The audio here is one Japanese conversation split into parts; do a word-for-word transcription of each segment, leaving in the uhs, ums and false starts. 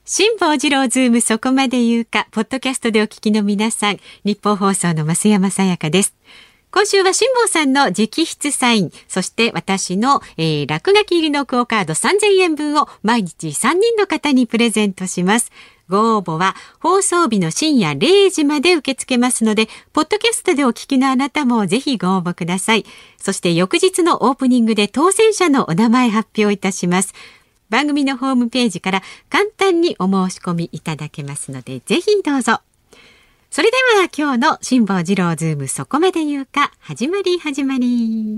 辛坊治郎ズームそこまで言うか、ポッドキャストでお聞きの皆さん、日本放送の増山さやかです。今週は辛坊さんの直筆サイン、そして私の、えー、落書き入りのクオカードさんぜんえん分を毎日さんにんの方にプレゼントします。ご応募は放送日の深夜れいじまで受け付けますので、ポッドキャストでお聞きのあなたもぜひご応募ください。そして翌日のオープニングで当選者のお名前発表いたします。番組のホームページから簡単にお申し込みいただけますので、ぜひどうぞ。それでは今日の辛坊治郎ズームそこまで言うか、始まり始まり。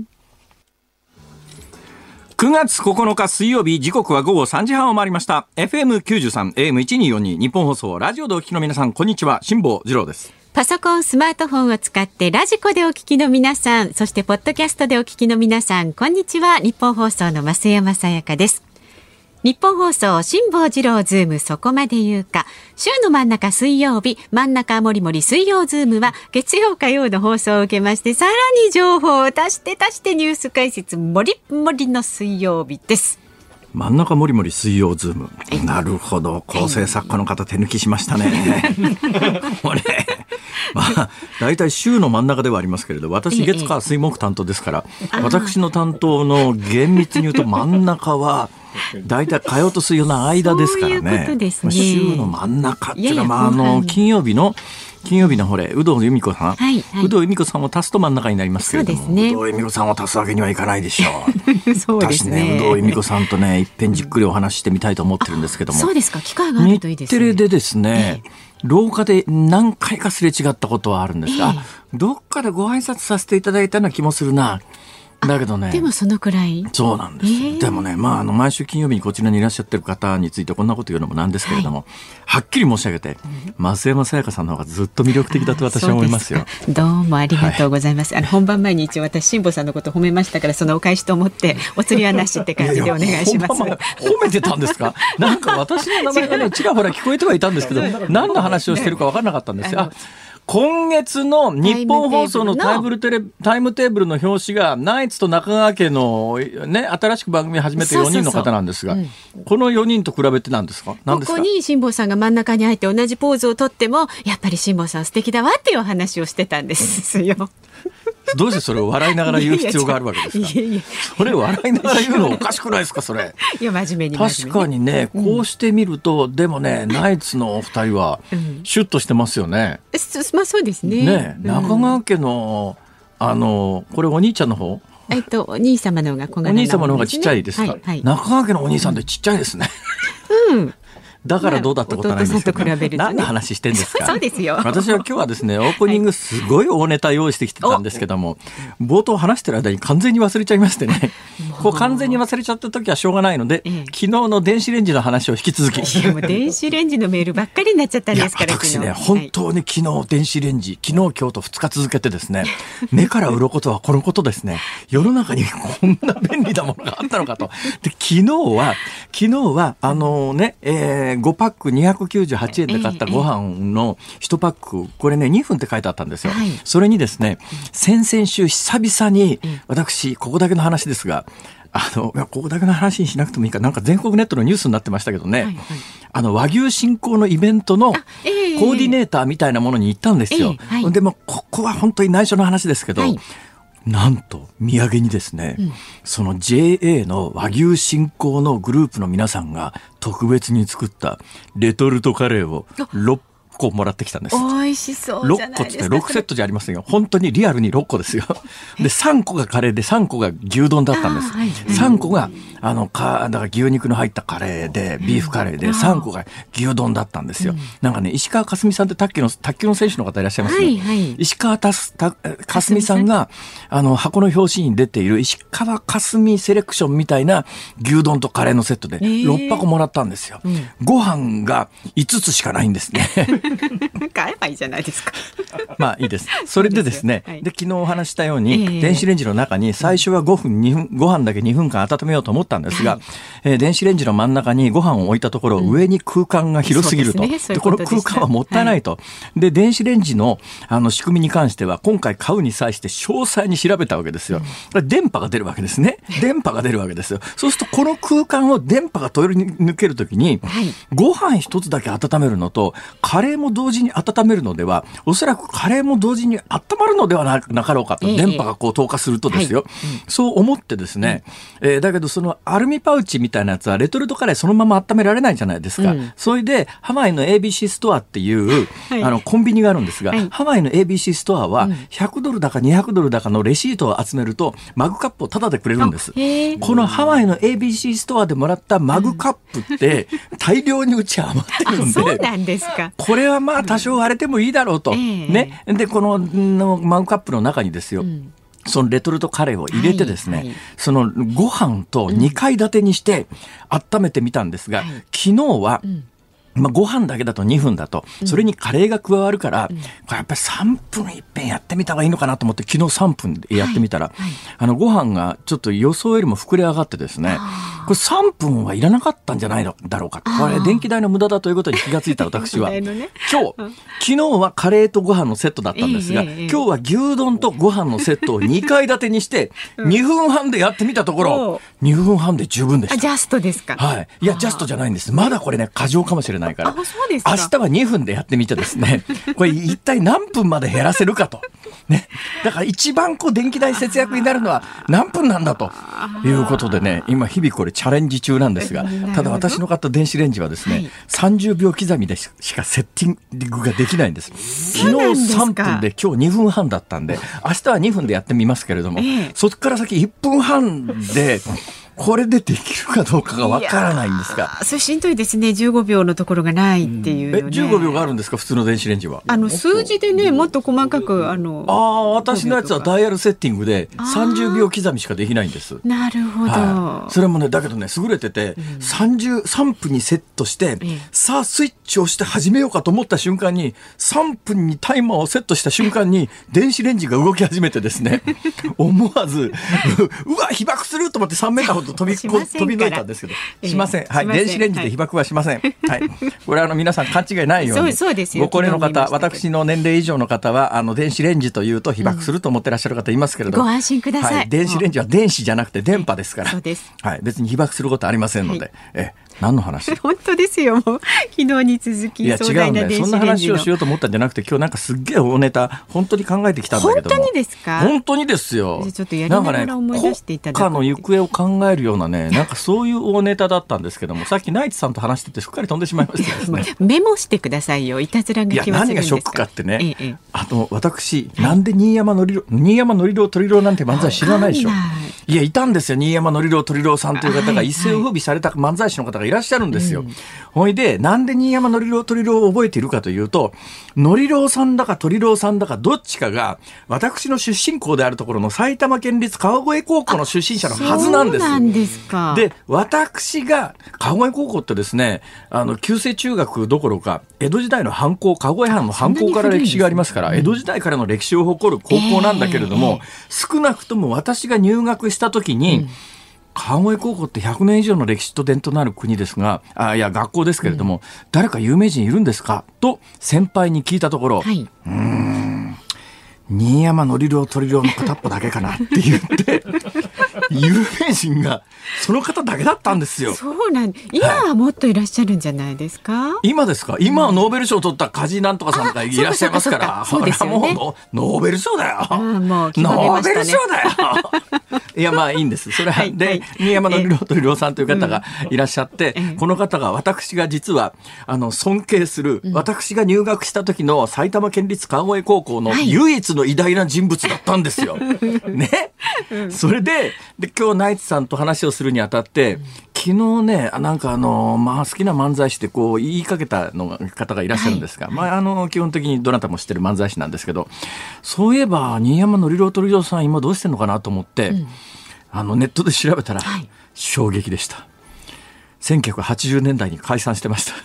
くがつここのか水曜日、時刻はごごさんじはんを回りました。 エフエムきゅうじゅうさん エーエムせんにひゃくよんじゅうに 日本放送ラジオでお聞きの皆さん、こんにちは。辛坊治郎です。 パソコン、スマートフォンを使ってラジコでお聞きの皆さん、そしてポッドキャストでお聞きの皆さん、こんにちは。日本放送の増山さやかです。日本放送辛坊治郎ズームそこまで言うか、週の真ん中水曜日、真ん中もりもり水曜ズームは月曜火曜の放送を受けまして、さらに情報を足して足してニュース解説もりもりの水曜日です。 真ん中もりもり水曜ズーム、なるほど、構成作家の方手抜きしましたね。これまあ、大体週の真ん中ではありますけれど、私月火水木担当ですから、私の担当の厳密に言うと真ん中はだいたい火曜と水曜の間ですからね。 そういうことですね。 週の真ん中っていうのは、まあ、あの金曜日の金曜日のほれ、有働由美子さん、はいはい、有働由美子さんを足すと真ん中になりますけれども、そうですね、有働由美子さんを足すわけにはいかないでしょう。そうですね。私ね、有働由美子さんとね、いっぺんじっくりお話ししてみたいと思ってるんですけども。 そうですか、機会があるといいですね。 日テレでですね、えー、廊下で何回かすれ違ったことはあるんですが、えー、どっかでご挨拶させていただいたような気もするな。だけどね、 でもそのくらい。 そうなんです、えー、でもね、まあ、あの毎週金曜日にこちらにいらっしゃってる方についてこんなこと言うのもなんですけれども、はい、はっきり申し上げて、うん、増山さやかさんの方がずっと魅力的だと私は思いますよ。 どうもありがとうございます、はい、あの本番前に一応私辛坊さんのこと褒めましたから、そのお返しと思ってお釣りはなしって感じでお願いします。いやいや、 褒めてたんですか？なんか私の名前がねちらほら聞こえてはいたんですけど、何の話をしてるか分からなかったんですよ。今月の日本放送のタイムテレタイムテーブルの表紙がナイツと中川家の、ね、新しく番組を始めてよにんの方なんですが、そうそうそう、うん、このよにんと比べて何ですか？何ですか？ ここに辛坊さんが真ん中に入って同じポーズをとっても、やっぱり辛坊さん素敵だわっていうお話をしてたんですよ。 どうしてそれを笑いながら言う必要があるわけですか？いやいや、それを笑いながら言うのおかしくないですか？それ。 いや、真面目に真面目に。 確かにね、こうしてみると、うん、でもね、ナイツのお二人はシュッとしてますよね。 うん、まあそうですね。 ね、中川家のあのこれお兄ちゃんの方。 えっとお兄様の方が小柄な、ね、 お兄様の方がちっちゃいですか？はいはい、中川家のお兄さんってちっちゃいですね。うん。だからどうだったことはないんですけど、ね、何の話してんですか？ そうですよ。 私は今日はですね、オープニングすごい大ネタ用意してきてたんですけども、冒頭話してる間に完全に忘れちゃいましてね、こう完全に忘れちゃった時はしょうがないので、ええ、昨日の電子レンジの話を引き続き。 いや、もう電子レンジのメールばっかりになっちゃったんですから。 私ね、本当に昨日電子レンジ、昨日今日とふつか続けてですね、目から鱗とはこのことですね。世の中にこんな便利なものがあったのかと。で、昨日は昨日はあのね、えー、ごパックにひゃくきゅうじゅうはちえんで買ったご飯のいちパック、これねにふんって書いてあったんですよ、はい、それにですね、先々週久々に私、ここだけの話ですが、あのここだけの話にしなくてもいいか、なんか全国ネットのニュースになってましたけどね、はいはい、あの和牛振興のイベントのコーディネーターみたいなものに行ったんですよ、えーはい、でもここは本当に内緒の話ですけど、はい、なんと土産にですね、うん、その ジェーエー の和牛振興のグループの皆さんが特別に作ったレトルトカレーをろっこもらってきたんです。 美味しそうじゃないですか。 ろっこってろくセットじゃありませんよ。本当にリアルにろっこですよ。でさんこがカレーでさんこが牛丼だったんです。はい、さんこがあのかだから牛肉の入ったカレーでビーフカレーでさんこが牛丼だったんですよ。うん、なんかね、石川佳純さんって卓球の卓球の選手の方いらっしゃいますね。はいはい、石川たすた佳純さんがあの箱の表紙に出ている石川佳純セレクションみたいな牛丼とカレーのセットでろっぱこもらったんですよ。えーうん、ご飯がいつつしかないんですね。 買えばいいじゃないですか。 まあいいです。それでですね、 はい、 で昨日お話したように、 えー、 電子レンジの中に最初はごふん、にふん、ご飯だけにふんかん温めようと思ったんですが、はい、えー、電子レンジの真ん中にご飯を置いたところ、うん、上に空間が広すぎると。で、この空間はもったいないと。はい、で、電子レンジのあの仕組みに関しては、今回買うに際して詳細に調べたわけですよ。うん、電波が出るわけですね。電波が出るわけですよ。そうすると、この空間を電波が通り抜けるときに、はい、ご飯一つだけ温めるのと、カレーも同時に温めるのでは、おそらくカレーも同時に温まるのでは な, なかろうかと、えー、電波がこう透過するとですよ、はい、うん、そう思ってですね、うん、えー、だけどそのアルミパウチみたいなやつはレトルトカレーそのまま温められないじゃないですか。うん、それでハワイの エービーシー ストアっていう、はい、あのコンビニがあるんですが、はい、ハワイの エービーシー ストアはひゃくドルだかにひゃくドルだかのレシートを集めるとマグカップをタダでくれるんです。このハワイの エービーシー ストアでもらったマグカップって大量にうち余ってるんで、 そうなんですか。 これはまあ多少割れてもいいだろうと、うん、ね、でこののマグカップの中にですよ、うん、そのレトルトカレーを入れてですね、はいはい、そのご飯とにかい建てにして温めてみたんですが、うん、昨日は、うん、まあ、ご飯だけだとにふんだと、それにカレーが加わるから、うん、これやっぱりさんぷんいっぺんやってみた方がいいのかなと思って昨日さんぷんでやってみたら、はいはい、あのご飯がちょっと予想よりも膨れ上がってですね、これさんぷんはいらなかったんじゃないのだろうかと、これ電気代の無駄だということに気がついた私は、ね、今日昨日はカレーとご飯のセットだったんですが、えーえー、今日は牛丼とご飯のセットをにかい建てにしてにふんはんでやってみたところ、うん、にふんはんで十分でした。 ジャストですか。 はい、いやジャストじゃないんです。まだこれね過剰かもしれないから、 あ、そうですか。 明日はにふんでやってみてですね、これ一体何分まで減らせるかと、ね、だから一番こう電気代節約になるのは何分なんだということでね、今日々これチャレンジ中なんですが、ただ私の買った電子レンジはですね、はい、さんじゅうびょう刻みでしかセッティングができないんです。昨日さんぷんで今日にふんはんだったんで、明日はにふんでやってみますけれども、ええ、そこから先いっぷんはんでこれでできるかどうかがわからないんですが、 それしんどいですね。じゅうごびょうのところがないっていうの、ね、 えじゅうごびょうがあるんですか、普通の電子レンジは。 あの数字でね、もっと細かく、あのあ私のやつはダイヤルセッティングでさんじゅうびょう刻みしかできないんです。 なるほど、 はい、それもねだけどね優れてて、うん、さんじゅうさんぷんにセットして、うん、さあスイッチをして始めようかと思った瞬間にさんぷんにタイマーをセットした瞬間に電子レンジが動き始めてですね思わずうわ被爆すると思ってさんメーターほど飛び飛び抜いたんですけど、しません、はい、電子レンジで被爆はしません、はいはい、これはあの皆さん勘違いないように、そうそうですよ、ご高齢の方、私の年齢以上の方はあの電子レンジというと被爆すると思ってらっしゃる方いますけれども、 うん、ご安心ください、 はい、電子レンジは電子じゃなくて電波ですから、 そうです、 はい、別に被爆することありませんので、はい、え何の話本当ですよ、もう昨日に続き壮大な電子レンジの、いや違うんだよ、そんな話をしようと思ったんじゃなくて、今日なんかすっげえ大ネタ本当に考えてきたんだけども。 本当にですか。 本当にですよ。 ちょっとやりながら思い出していただく、 なんかね、国家の行方を考えるようなね、なんかそういう大ネタだったんですけども、さっきナイツさんと話しててすっかり飛んでしまいましたですねメモしてくださいよ、いたずらが来まするんですか。いや何がショックかってね、ええ、 あの私、はい、なんで新山のりろ新山のりろとりろなんて漫才知らないでしょ。いやいたんですよ、新山のりろとりろさんという方が一世を風靡された漫才師の方がいらっしゃるんですよ、はいはい、ほいでなんで新山のりろとりろを覚えているかというと、のりろうさんだかとりろうさんだかどっちかが私の出身校であるところの埼玉県立川越高校の出身者のはずなんです。 そうなんですか。 で私が川越高校ってですね、あの旧制中学どころか江戸時代の藩校、川越藩の藩校から歴史がありますから、江戸時代からの歴史を誇る高校なんだけれども、えー、少なくとも私が入学した時に、うん、川越高校ってひゃくねん以上の歴史と伝統のある国ですが、あいや学校ですけれども、うん、誰か有名人いるんですかと先輩に聞いたところ、はい、うーん新山のりろうとりろうの片っぽだけかなって言って有名人がその方だけだったんですよ。 そうなん今はもっといらっしゃるんじゃないですか、はい、 今ですか。今はノーベル賞を取った梶なんとかさんがいらっしゃいますから、 そうですよね、 もうノーベル賞だよ、 あもう決まりましたね、 ノーベル賞だよいやまあいいんです。それは、はい、で、はい、新山のりろうとりろうさんという方がいらっしゃって、うん、この方が私が実はあの尊敬する、うん、私が入学した時の埼玉県立川越高校の唯一の偉大な人物だったんですよ、はい、ね、うん、それで、で今日ナイツさんと話をするにあたって、うん、昨日ねなんかあの、まあ、好きな漫才師でこう言いかけたの方がいらっしゃるんですが、はい、まあ、あの基本的にどなたも知ってる漫才師なんですけど、そういえば新山のりろうとりろうさん今どうしてんのかなと思って、うん、あのネットで調べたら、はい、衝撃でした。せんきゅうひゃくはちじゅうねんだいに解散してました。 あ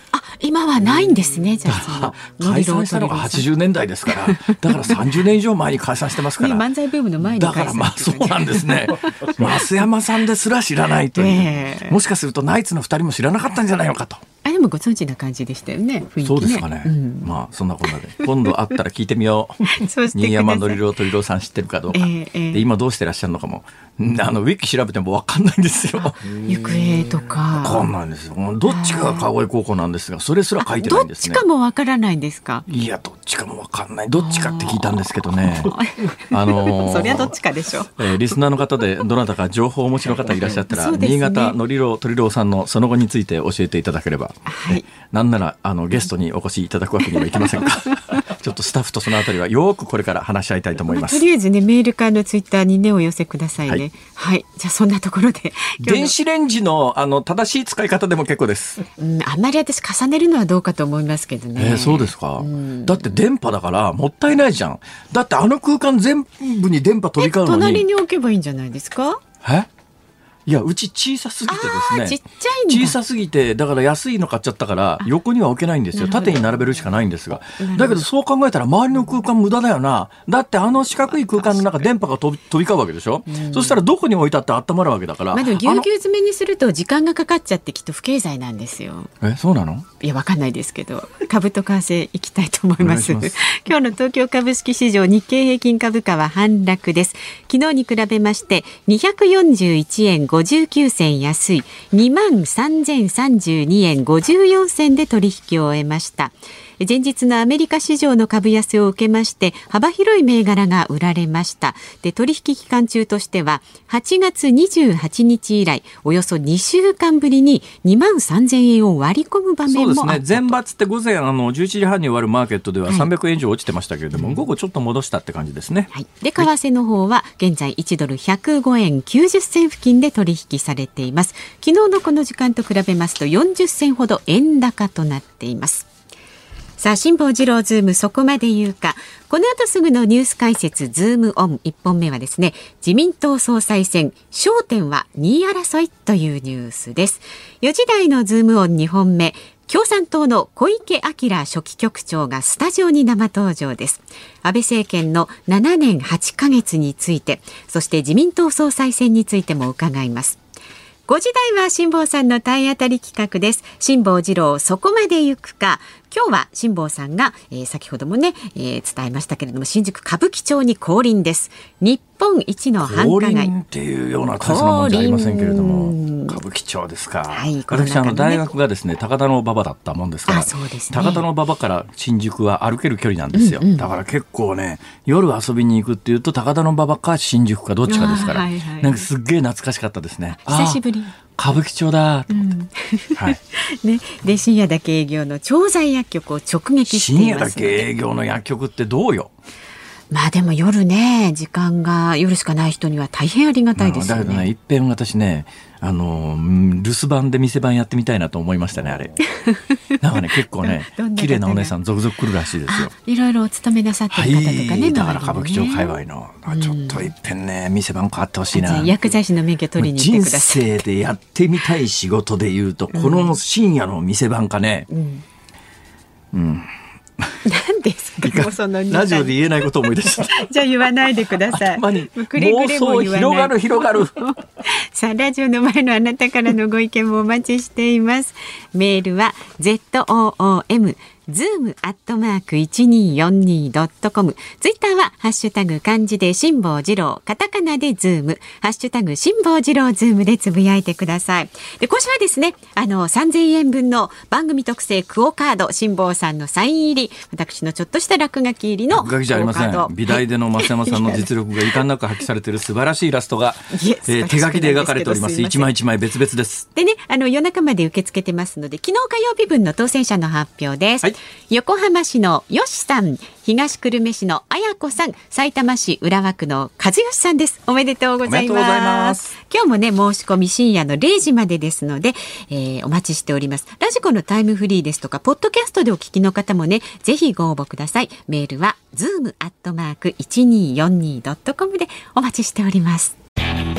今はないんですね。じゃあその解散したのがはちじゅうねんだいですからだからさんじゅうねん以上前に解散してますから、 ね、漫才ブームの前に解散、 だからまあそうなんですね増山さんですら知らないという、えー、もしかするとナイツのふたりも知らなかったんじゃないのかと。 あでもご存知な感じでしたよね、雰囲気ね。 そうですかね、うん、まあそんなこんなで今度会ったら聞いてみよう新山のりろうとりろうさん知ってるかどうか、えーえー、で今どうしてらっしゃるのかもあのウィキ調べても分かんないんですよ。 行方とか分かんないんですよ。どっちかが川越高校なんですがそれすら書いてないんですね。 どっちかも分からないんですか。 いやどっちかも分かんない。どっちかって聞いたんですけどねあのー、 そりゃどっちかでしょう、 えー、リスナーの方でどなたか情報をお持ちの方いらっしゃったら、ね、新潟のりろうとりろうさんのその後について教えていただければ、はい、なんならあのゲストにお越しいただくわけにはいきませんかちょっとスタッフとそのあたりはよくこれから話し合いたいと思います、 まあ、とりあえずねメールかのツイッターにねお寄せくださいね。はい、はい、じゃあそんなところで電子レンジ の, あの正しい使い方でも結構です、 うん、あんまり私重ねるのはどうかと思いますけどね、 えー、そうですか、うん、だって電波だからもったいないじゃん。だってあの空間全部に電波飛び交うのに隣に置けばいいんじゃないですか。 えいやうち小さすぎてですね。 ちっちゃいんだ。 小さすぎてだから安いの買っちゃったから横には置けないんですよ。縦に並べるしかないんですが、だけどそう考えたら周りの空間無駄だよな。だってあの四角い空間の中電波が飛び、飛び交うわけでしょ、うん、そしたらどこに置いたって温まるわけだから、 まあ、でもぎゅうぎゅう詰めにすると時間がかかっちゃってきっと不経済なんですよ。 えそうなの。 いやわかんないですけど株と為替いきたいと思います。今日の東京株式市場日経平均株価は反落です。昨日に比べましてにひゃくよんじゅういちえんごじゅうきゅうせん安い にまんさんぜんさんじゅうにえんごじゅうよんせんで取引を終えました。前日のアメリカ市場の株安を受けまして幅広い銘柄が売られました。で取引期間中としてははちがつにじゅうはちにち以来およそにしゅうかんぶりににまんさんぜんえんを割り込む場面もあったと。 そうですね。前場つって午前あのじゅういちじはんに終わるマーケットではさんびゃくえん以上落ちてましたけれども、はい、午後ちょっと戻したって感じですね。 はい、で為替の方は現在いちドルひゃくごえんきゅうじゅっせん付近で取引されています。昨日のこの時間と比べますとよんじゅっせんほど円高となっています。さあ辛坊治郎ズームそこまで言うか。この後すぐのニュース解説ズームオンいっぽんめはですね、自民党総裁選焦点はにい争いというニュースです。よじ台のズームオンにほんめ、共産党の小池晃書記局長がスタジオに生登場です。安倍政権のななねんはちかげつについて、そして自民党総裁選についても伺います。ごじ台は辛坊さんの体当たり企画です。辛坊治郎そこまで行くか。今日は辛坊さんが、えー、先ほどもね、えー、伝えましたけれども新宿歌舞伎町に降臨です。日本一の繁華街。 降臨っていうような大層なもんじゃありませんけれども歌舞伎町ですか、はい、私あの大学がですね高田馬場だったもんですから、そうですね、高田馬場から新宿は歩ける距離なんですよ、うんうん、だから結構ね夜遊びに行くっていうと高田馬場か新宿かどっちかですから、はいはい、なんかすっげえ懐かしかったですね。 久しぶり歌舞伎町だと思って、うんはいね、で深夜だけ営業の調剤薬局を直撃していますので。 深夜だけ営業の薬局ってどうよ。 まあでも夜ね時間が夜しかない人には大変ありがたいですよね。 だけどねいっぺん私ねあの留守番で店番やってみたいなと思いましたねあれなんかね結構ね綺麗なお姉さん続々来るらしいですよ。 いろいろお勤めなさってる方とかね、 はい、だから歌舞伎町界隈の、うん、ちょっといっぺんね店番変わってほしいな。 薬剤師の免許取りに行ってください。 人生でやってみたい仕事でいうとこの深夜の店番かね、うん、うん何ですかもうそのラジオで言えないことを思い出したじゃあ言わないでください。 頭に妄想広がる広がるさあラジオの前のあなたからのご意見もお待ちしています。メールは ズーム ズームアットマーク いちにーよんにードットコム ツイッターはハッシュタグ漢字で辛坊治郎カタカナでズームハッシュタグ辛坊治郎ズームでつぶやいてください。で今週はですねあのさんぜんえんぶんの番組特製クオカード辛坊さんのサイン入り私のちょっとした落書き入りの落書きじゃありません。美大での増山さんの実力が遺憾なく発揮されている素晴らしいイラストが、えー、手書きで描かれております。一枚一枚別々です。 でねあの夜中まで受け付けてますので昨日火曜日分の当選者の発表です、はい、横浜市のよしさん、東久留米市のあやこさん、埼玉市浦和区の和義さんです。おめでとうございます。おめでとうございます。今日もね申し込み深夜のれいじまでですので、えー、お待ちしております。ラジコのタイムフリーですとかポッドキャストでお聞きの方もねぜひご応募ください。メールは ズーム アットマーク いちにーよんにードットコム でお待ちしております。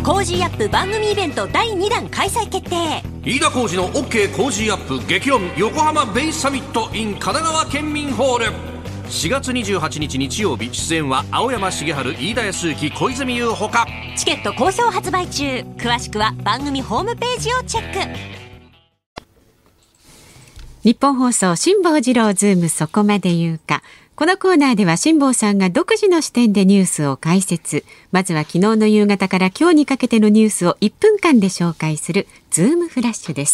コージーアップ番組イベントだいにだん開催決定。 飯田浩司の OK コージーアップ激論横浜ベイサミット in 神奈川県民ホール。しがつにじゅうはちにち日曜日、出演は青山茂春、飯田康之、小泉優ほか。 チケット好評発売中。詳しくは番組ホームページをチェック。 日本放送辛坊治郎ズームそこまで言うか。このコーナーでは辛坊さんが独自の視点でニュースを解説。まずは昨日の夕方から今日にかけてのニュースをいっぷんかんで紹介するズームフラッシュです。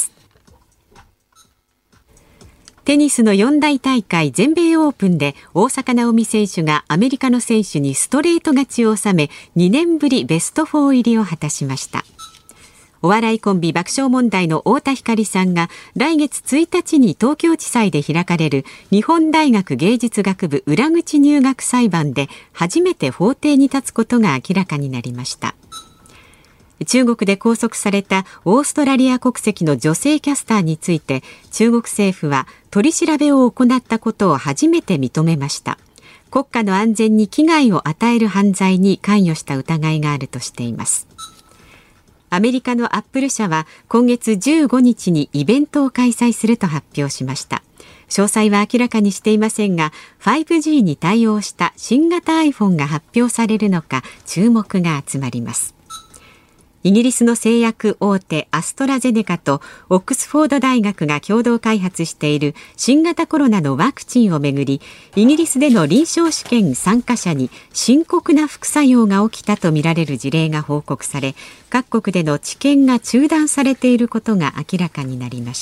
テニスの四大大会全米オープンで大坂なおみ選手がアメリカの選手にストレート勝ちを収め、にねんぶりベストフォー入りを果たしました。お笑いコンビ爆笑問題の太田光さんが来月ついたちに東京地裁で開かれる日本大学芸術学部裏口入学裁判で初めて法廷に立つことが明らかになりました。中国で拘束されたオーストラリア国籍の女性キャスターについて、中国政府は取り調べを行ったことを初めて認めました。国家の安全に危害を与える犯罪に関与した疑いがあるとしています。アメリカのアップル社は今月じゅうごにちにイベントを開催すると発表しました。詳細は明らかにしていませんが、ファイブジー に対応した新型 iPhone が発表されるのか注目が集まります。イギリスの製薬大手アストラゼネカとオックスフォード大学が共同開発している新型コロナのワクチンをめぐり、イギリスでの臨床試験参加者に深刻な副作用が起きたとみられる事例が報告され、各国での治験が中断されていることが明らかになりました。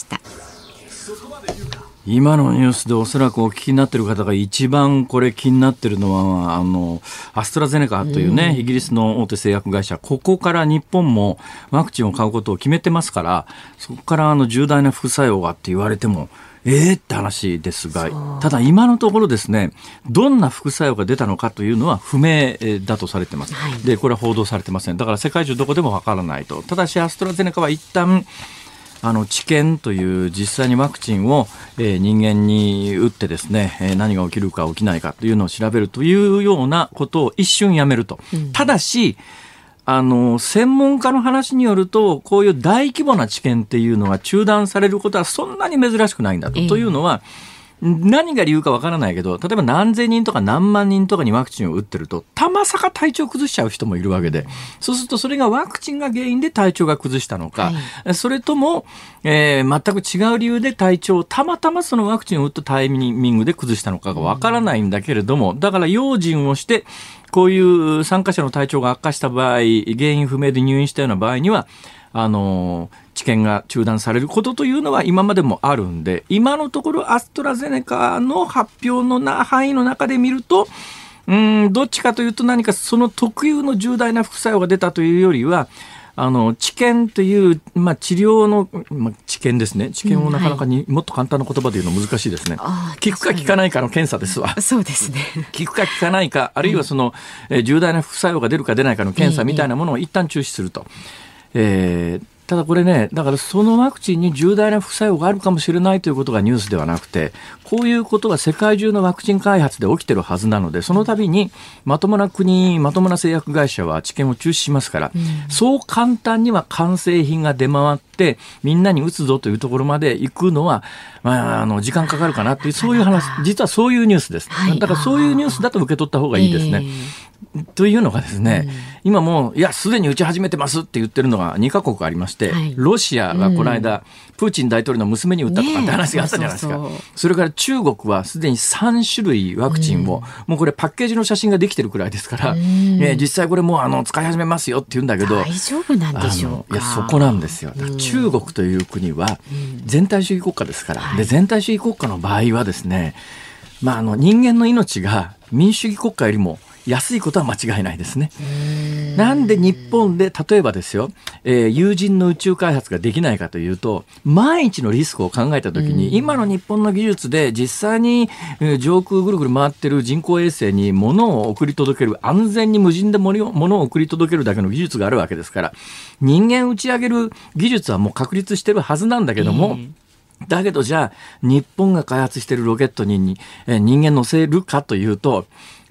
今のニュースでおそらくお聞きになっている方が一番これ気になっているのは、あのアストラゼネカというね、イギリスの大手製薬会社、ここから日本もワクチンを買うことを決めてますから、そこからあの重大な副作用がって言われてもえーって話ですが、ただ今のところですね、どんな副作用が出たのかというのは不明だとされています。はい、でこれは報道されてません。だから世界中どこでもわからないと。ただしアストラゼネカは一旦あの治験という実際にワクチンを、えー、人間に打ってですね、えー、何が起きるか起きないかというのを調べるというようなことを一瞬やめると、うん、ただしあの専門家の話によると、こういう大規模な治験っていうのが中断されることはそんなに珍しくないんだと、えー、というのは何が理由かわからないけど、例えば何千人とか何万人とかにワクチンを打ってるとたまさか体調を崩しちゃう人もいるわけで、そうするとそれがワクチンが原因で体調が崩したのか、はい、それとも、えー、全く違う理由で体調をたまたまそのワクチンを打ったタイミングで崩したのかがわからないんだけれども、だから用心をしてこういう参加者の体調が悪化した場合、原因不明で入院したような場合にはあの治験が中断されることというのは今までもあるんで、今のところアストラゼネカの発表のな範囲の中で見ると、うーんどっちかというと何かその特有の重大な副作用が出たというよりは、あの治験という、まあ、治療の、まあ、治験ですね。治験をなかなかに、うんはい、もっと簡単な言葉で言うの難しいですね。効くか効かないかの検査ですわ。 そうですね。 効くか効かないか、あるいはその、うんえー、重大な副作用が出るか出ないかの検査みたいなものを一旦中止すると。えーただこれね、だからそのワクチンに重大な副作用があるかもしれないということがニュースではなくて、こういうことは世界中のワクチン開発で起きてるはずなので、その度にまともな国、まともな製薬会社は治験を中止しますから、うん、そう簡単には完成品が出回ってみんなに打つぞというところまで行くのは、まあ、あの時間かかるかなっていう、そういう話、実はそういうニュースです。はい、だからそういうニュースだと受け取った方がいいですね。えー、というのがですね、うん、今もういやすでに打ち始めてますって言ってるのがにカ国ありまして、はい、ロシアがこの間、うん、プーチン大統領の娘に打ったとかって話があったじゃないですか。ね、そうそう。それから中国はすでにさんしゅるいワクチンを、うん、もうこれパッケージの写真ができてるくらいですから、うんえー、実際これもうあの使い始めますよって言うんだけど、 大丈夫なんでしょうか。 いやそこなんですよ。中国という国は全体主義国家ですから、うん、で全体主義国家の場合はですね、まあ、あの人間の命が民主主義国家よりも安いことは間違いないですね。なんで日本で例えばですよ、えー、有人の宇宙開発ができないかというと、万一のリスクを考えたときに、今の日本の技術で実際に、えー、上空ぐるぐる回ってる人工衛星に物を送り届ける、安全に無人で物を送り届けるだけの技術があるわけですから、人間打ち上げる技術はもう確立してるはずなんだけども、だけどじゃあ日本が開発しているロケットに、えー、人間乗せるかというと、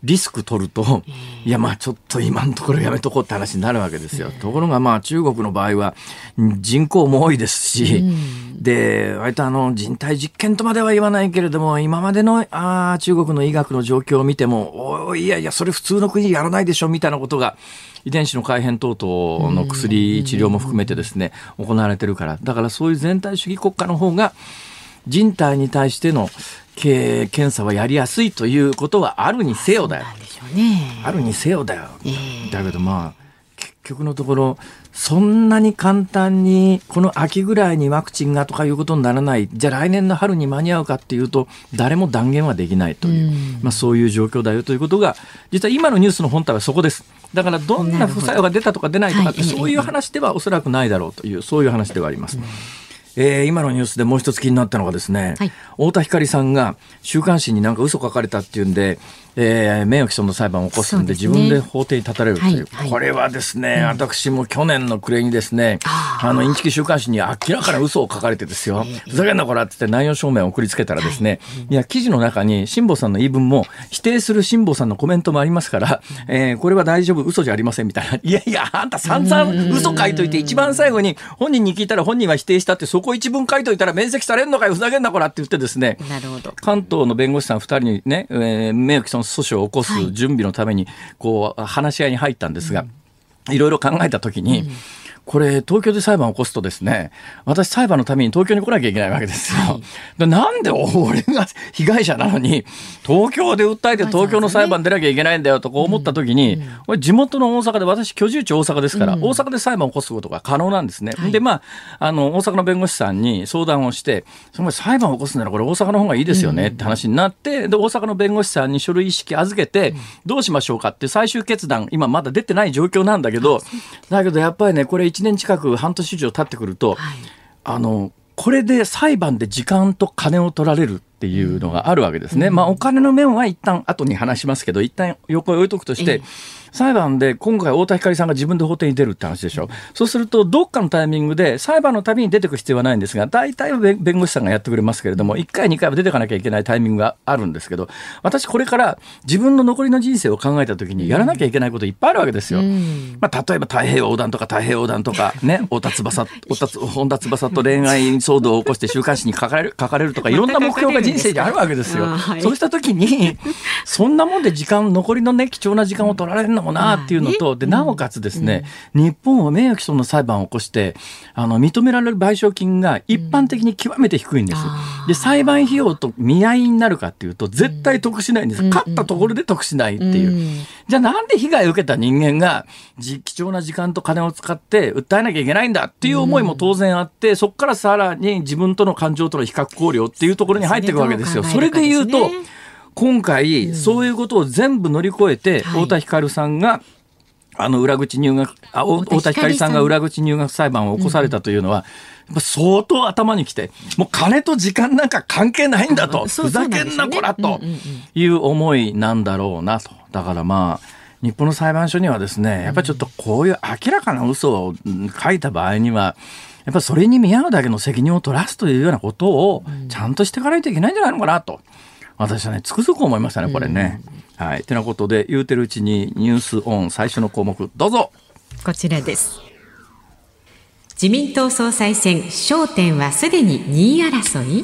リスク取ると、いやまあちょっと今のところやめとこうって話になるわけですよ。ところがまあ中国の場合は人口も多いですし、で割とあの人体実験とまでは言わないけれども、今までのあ中国の医学の状況を見ても、おいやいやそれ普通の国やらないでしょみたいなことが遺伝子の改変等々の薬治療も含めてですね行われてるから、だからそういう全体主義国家の方が人体に対しての検査はやりやすいということはあるにせよだよ。 そうなんでしょうね。 あるにせよだよ、 えー、 だけどまあ結局のところそんなに簡単にこの秋ぐらいにワクチンがとかいうことにならない。じゃあ来年の春に間に合うかっていうと誰も断言はできないという、うんまあ、そういう状況だよということが実は今のニュースの本体はそこです。だからどんな副作用が出たとか出ないとかってそういう話ではおそらくないだろうというそういう話ではあります、うんえー、今のニュースでもう一つ気になったのがですね、はい、太田光さんが週刊誌になんか嘘書かれたっていうんで、えー、名誉毀損の裁判を起こすんで、自分で法廷に立たれるという、はいはい、これはですね、うん、私も去年の暮れにですね、あのインチキ週刊誌に明らかな嘘を書かれてですよ、ふざけんなこらって言って内容証明を送りつけたらですね、はい、いや記事の中に辛坊さんの言い分も否定する辛坊さんのコメントもありますから、えー、これは大丈夫、嘘じゃありませんみたいな、いやいやあんた散々嘘書いといて一番最後に本人に聞いたら本人は否定したって、そこ一文書いといたら免責されるのかよ、ふざけんなこらって言ってですね、 なるほど、 関東の弁護士さんふたりにね、えー、名誉毀損訴訟を起こす準備のためにこう話し合いに入ったんですが、うん、いろいろ考えたときに、うんこれ東京で裁判を起こすとですね、私裁判のために東京に来なきゃいけないわけですよ、はい、なんで俺が被害者なのに東京で訴えて東京の裁判出なきゃいけないんだよとこう思った時に、これ地元の大阪で、私居住地大阪ですから、うん、大阪で裁判を起こすことが可能なんですね、はい、でまああの大阪の弁護士さんに相談をして、その裁判を起こすならこれ大阪の方がいいですよねって話になって、で大阪の弁護士さんに書類一式預けてどうしましょうかって最終決断今まだ出てない状況なんだけど、だけどやっぱりねこれいちねん近く半年以上経ってくると、はい、あのこれで裁判で時間と金を取られるっていうのがあるわけですね、うんまあ、お金の面は一旦後に話しますけど一旦横に置いとくとして、えー、裁判で今回太田光さんが自分で法廷に出るって話でしょ、うん、そうするとどっかのタイミングで裁判のたびに出てく必要はないんですが、大体は弁護士さんがやってくれますけれどもいっかいにかいは出てかなきゃいけないタイミングがあるんですけど、私これから自分の残りの人生を考えた時にやらなきゃいけないこといっぱいあるわけですよ、うんまあ、例えば太平洋横断とか太平洋横断とかね太田翼本田翼と恋愛騒動を起こして週刊誌に書かれる、書かれるとかいろんな目標が人生にあるわけですよ、はい、そうした時にそんなもんで時間残りのね貴重な時間を取られるのもなっていうのと、でなおかつですね、うん、日本は名誉毀損の裁判を起こしてあの認められる賠償金が一般的に極めて低いんです、うん、で裁判費用と見合いになるかっていうと絶対得しないんです、うん、勝ったところで得しないっていう、うん、じゃあなんで被害を受けた人間が貴重な時間と金を使って訴えなきゃいけないんだっていう思いも当然あって、うん、そこからさらに自分との感情との比較考慮っていうところに入っていくわけですよ。それで言うと今回そういうことを全部乗り越えて太田光さんがあの裏口入学あ太田光さんが裏口入学裁判を起こされたというのは、うん、相当頭にきてもう金と時間なんか関係ないんだと、ふざけんなこらという思いなんだろうなと。だからまあ日本の裁判所にはですねやっぱりちょっとこういう明らかな嘘を書いた場合にはやっぱりそれに見合うだけの責任を取らすというようなことをちゃんとしていかないといけないんじゃないのかなと私はねつくづく思いましたねこれね、うん、はい。てなことで言うてるうちにニュースオン最初の項目どうぞ。 こちらです。自民党総裁選焦点はすでににい争い。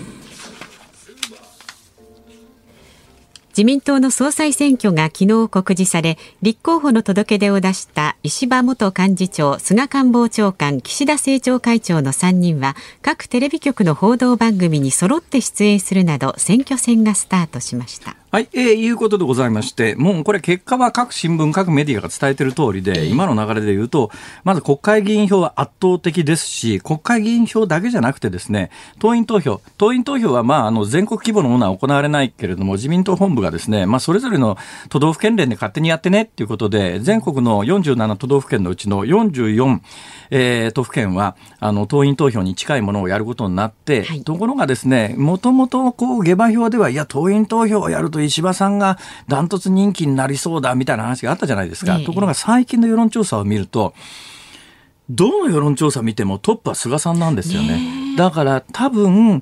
自民党の総裁選挙が昨日告示され、立候補の届け出を出した石破元幹事長、菅官房長官、岸田政調会長のさんにんは各テレビ局の報道番組に揃って出演するなど選挙戦がスタートしました。 はい、えー、いうことでございまして、もうこれ結果は各新聞各メディアが伝えている通りで、今の流れで言うとまず国会議員票は圧倒的ですし、国会議員票だけじゃなくてですね、党員投票党員投票はまああの全国規模のものは行われないけれども、自民党本部がですね、まあそれぞれの都道府県連で勝手にやってねっていうことで、全国のよんじゅうなな都道府県のうちのよんじゅうよん、えー、都府県はあの党員投票に近いものをやることになって、はい、ところがですね、もともとこう下馬評ではいや党員投票をやると石破さんがダントツ人気になりそうだみたいな話があったじゃないですか、ええ、ところが最近の世論調査を見るとどの世論調査見てもトップは菅さんなんですよね。だから多分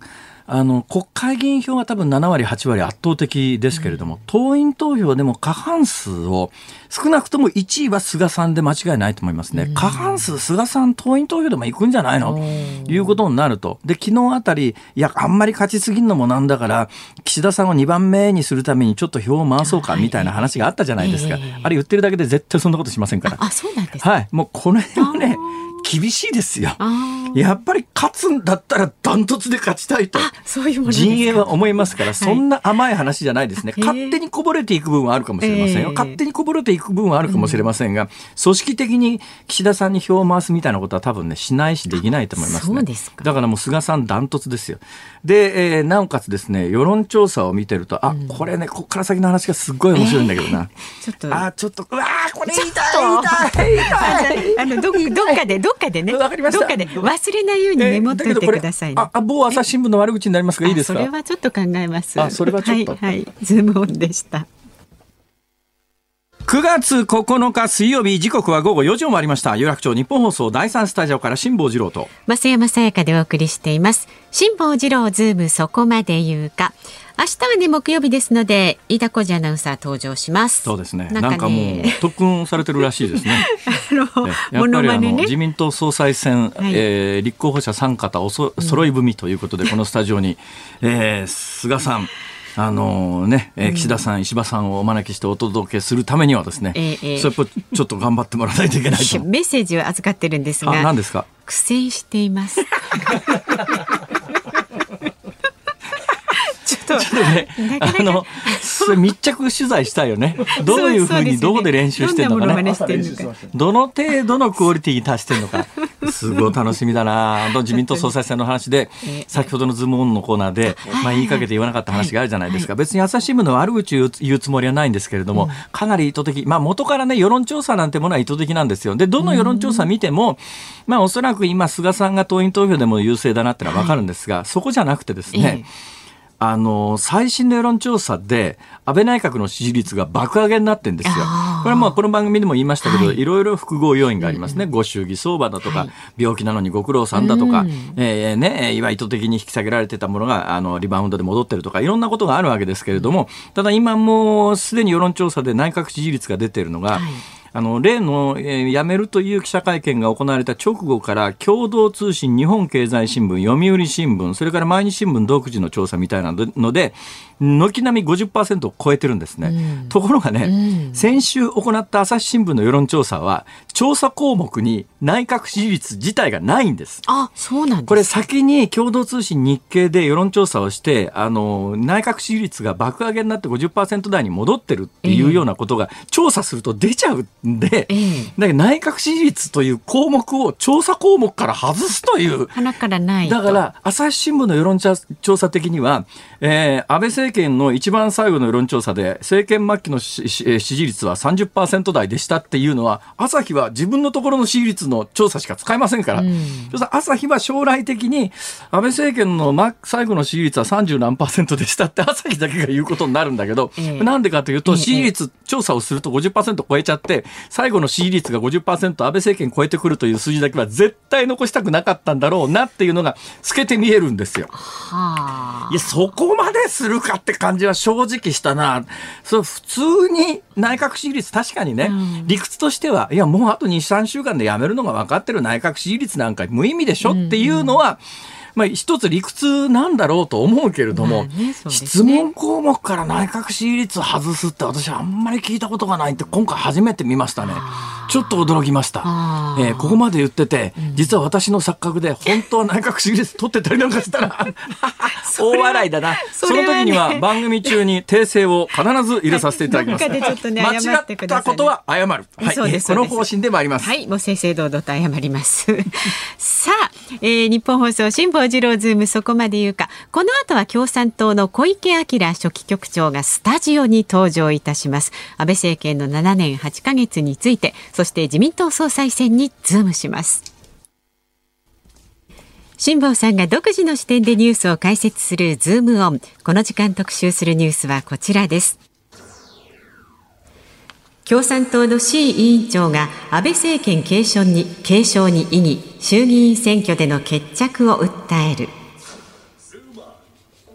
あの国会議員票は多分ななわりはちわり圧倒的ですけれども、うん、党員投票でも過半数を少なくともいちいは菅さんで間違いないと思いますね、うん、過半数菅さん党員投票でも行くんじゃないの、うん、ということになると、で昨日あたりいやあんまり勝ちすぎるのもなんだから岸田さんをにばんめにするためにちょっと票を回そうかみたいな話があったじゃないですか、はい、あれ言ってるだけで絶対そんなことしませんから。 あ, あそうなんですか。 はい、もうこれはね厳しいですよ。やっぱり勝つんだったらダントツで勝ちたいと陣営は思いますから、そんな甘い話じゃないですね、はい、勝手にこぼれていく部分はあるかもしれませんよ、勝手にこぼれていく部分はあるかもしれませんが、うん、組織的に岸田さんに票を回すみたいなことは多分ねしないしできないと思いますね。 そうですか。 だからもう菅さんダントツですよ。で、えー、なおかつですね世論調査を見てるとあ、うん、これねここから先の話がすっごい面白いんだけどな、えー、ちょっとあちょっとうわーこれ痛い痛い痛いあの ど, どっかでどっかでねわかりました。 どっかで忘れないようにメモっといてくださいね。 ああ某朝日新聞の悪口になりますがいいですか。 それはちょっと考えます。 あそれはちょっと、 はいはい、ズームオンでした。 くがつここのか水曜日、時刻はごごよじを回りました。有楽町日本放送だいさんスタジオから辛坊治郎と増山さやかでお送りしています。辛坊治郎ズームそこまで言うか。明日はね木曜日ですので飯田浩司アナウンサー登場します。 そうですね。なんかね、なんかもう特訓されてるらしいですね。 あのやっぱりあの自民党総裁選、はいえー、立候補者さん方おそ揃い踏みということで、うん、このスタジオに、えー、菅さんあのーねえー、岸田さん、うん、石破さんをお招きしてお届けするためにはですね、えーえー、それっぽちょっと頑張ってもらわないといけないとメッセージを預かってるんですが、 あ、何ですか。 苦戦していますちょっとね、 あのそれ密着取材したいよね。どういうふうにどこで練習してるのかね、どの程度のクオリティに達してるのかすごい楽しみだな。自民党総裁選の話で先ほどのズームオンのコーナーで、まあ、言いかけて言わなかった話があるじゃないですか。別に朝日新聞の悪口を言うつもりはないんですけれども、かなり意図的、まあ、元からね世論調査なんてものは意図的なんですよ。でどの世論調査見ても、まあ、おそらく今菅さんが党員投票でも優勢だなってのは分かるんですが、そこじゃなくてですね、あの最新の世論調査で安倍内閣の支持率が爆上げになってるんですよ。これはまあこの番組でも言いましたけど、はい、いろいろ複合要因がありますね、うん、ご祝儀相場だとか、はい、病気なのにご苦労さんだとか、うんえーね、いわ意図的に引き下げられてたものがあのリバウンドで戻ってるとかいろんなことがあるわけですけれども、ただ今もうすでに世論調査で内閣支持率が出ているのが、はいあの例の、えー、辞めるという記者会見が行われた直後から共同通信、日本経済新聞、読売新聞、それから毎日新聞独自の調査みたいなので軒並み ごじゅっパーセント を超えてるんですね、うん、ところがね、うん、先週行った朝日新聞の世論調査は調査項目に内閣支持率自体がないんです。 あ、そうなんです。 これ先に共同通信、日経で世論調査をしてあの内閣支持率が爆上げになって ごじゅっパーセント 台に戻ってるっていうようなことが調査すると出ちゃうで、えー、だけど内閣支持率という項目を調査項目から外すという鼻からないと。 だから朝日新聞の世論調査的には、えー、安倍政権の一番最後の世論調査で政権末期の支持率は さんじゅっパーセント 台でしたっていうのは朝日は自分のところの支持率の調査しか使えませんから、うん、朝日は将来的に安倍政権の最後の支持率はさんじゅうなんパーセントでしたって朝日だけが言うことになるんだけど、えー、なんでかというと支持率調査をすると ごじゅっパーセント 超えちゃって最後の支持率が ごじゅっパーセント 安倍政権超えてくるという数字だけは絶対残したくなかったんだろうなっていうのが透けて見えるんですよ。はあ、いやそこまでするかって感じは正直したな。そう普通に内閣支持率確かにね、うん、理屈としてはいやもうあと にさんしゅうかんで辞めるのが分かってる内閣支持率なんか無意味でしょっていうのは、うんまあ、一つ理屈なんだろうと思うけれども、まあねそうですね、質問項目から内閣支持率を外すって私はあんまり聞いたことがないって今回初めて見ましたね。ちょっと驚きました、えー、ここまで言ってて実は私の錯覚で本当は内閣支持率取ってたりなんかしたら大笑いだな。 そ, その時には番組中に訂正を必ず入れさせていただきます、はい、ね、間違ったことは謝る、はい、そうです、この方針で参ります。 はい、もう正々堂々と謝りますさあ、えー、日本放送辛坊治郎ズームそこまで言うか。この後は共産党の小池晃書記局長がスタジオに登場いたします。安倍政権のななねんはちかげつについて、そして自民党総裁選にズームします。辛坊さんが独自の視点でニュースを解説するズームオン。この時間特集するニュースはこちらです。共産党の志位委員長が安倍政権継承に、継承に異議、衆議院選挙での決着を訴える。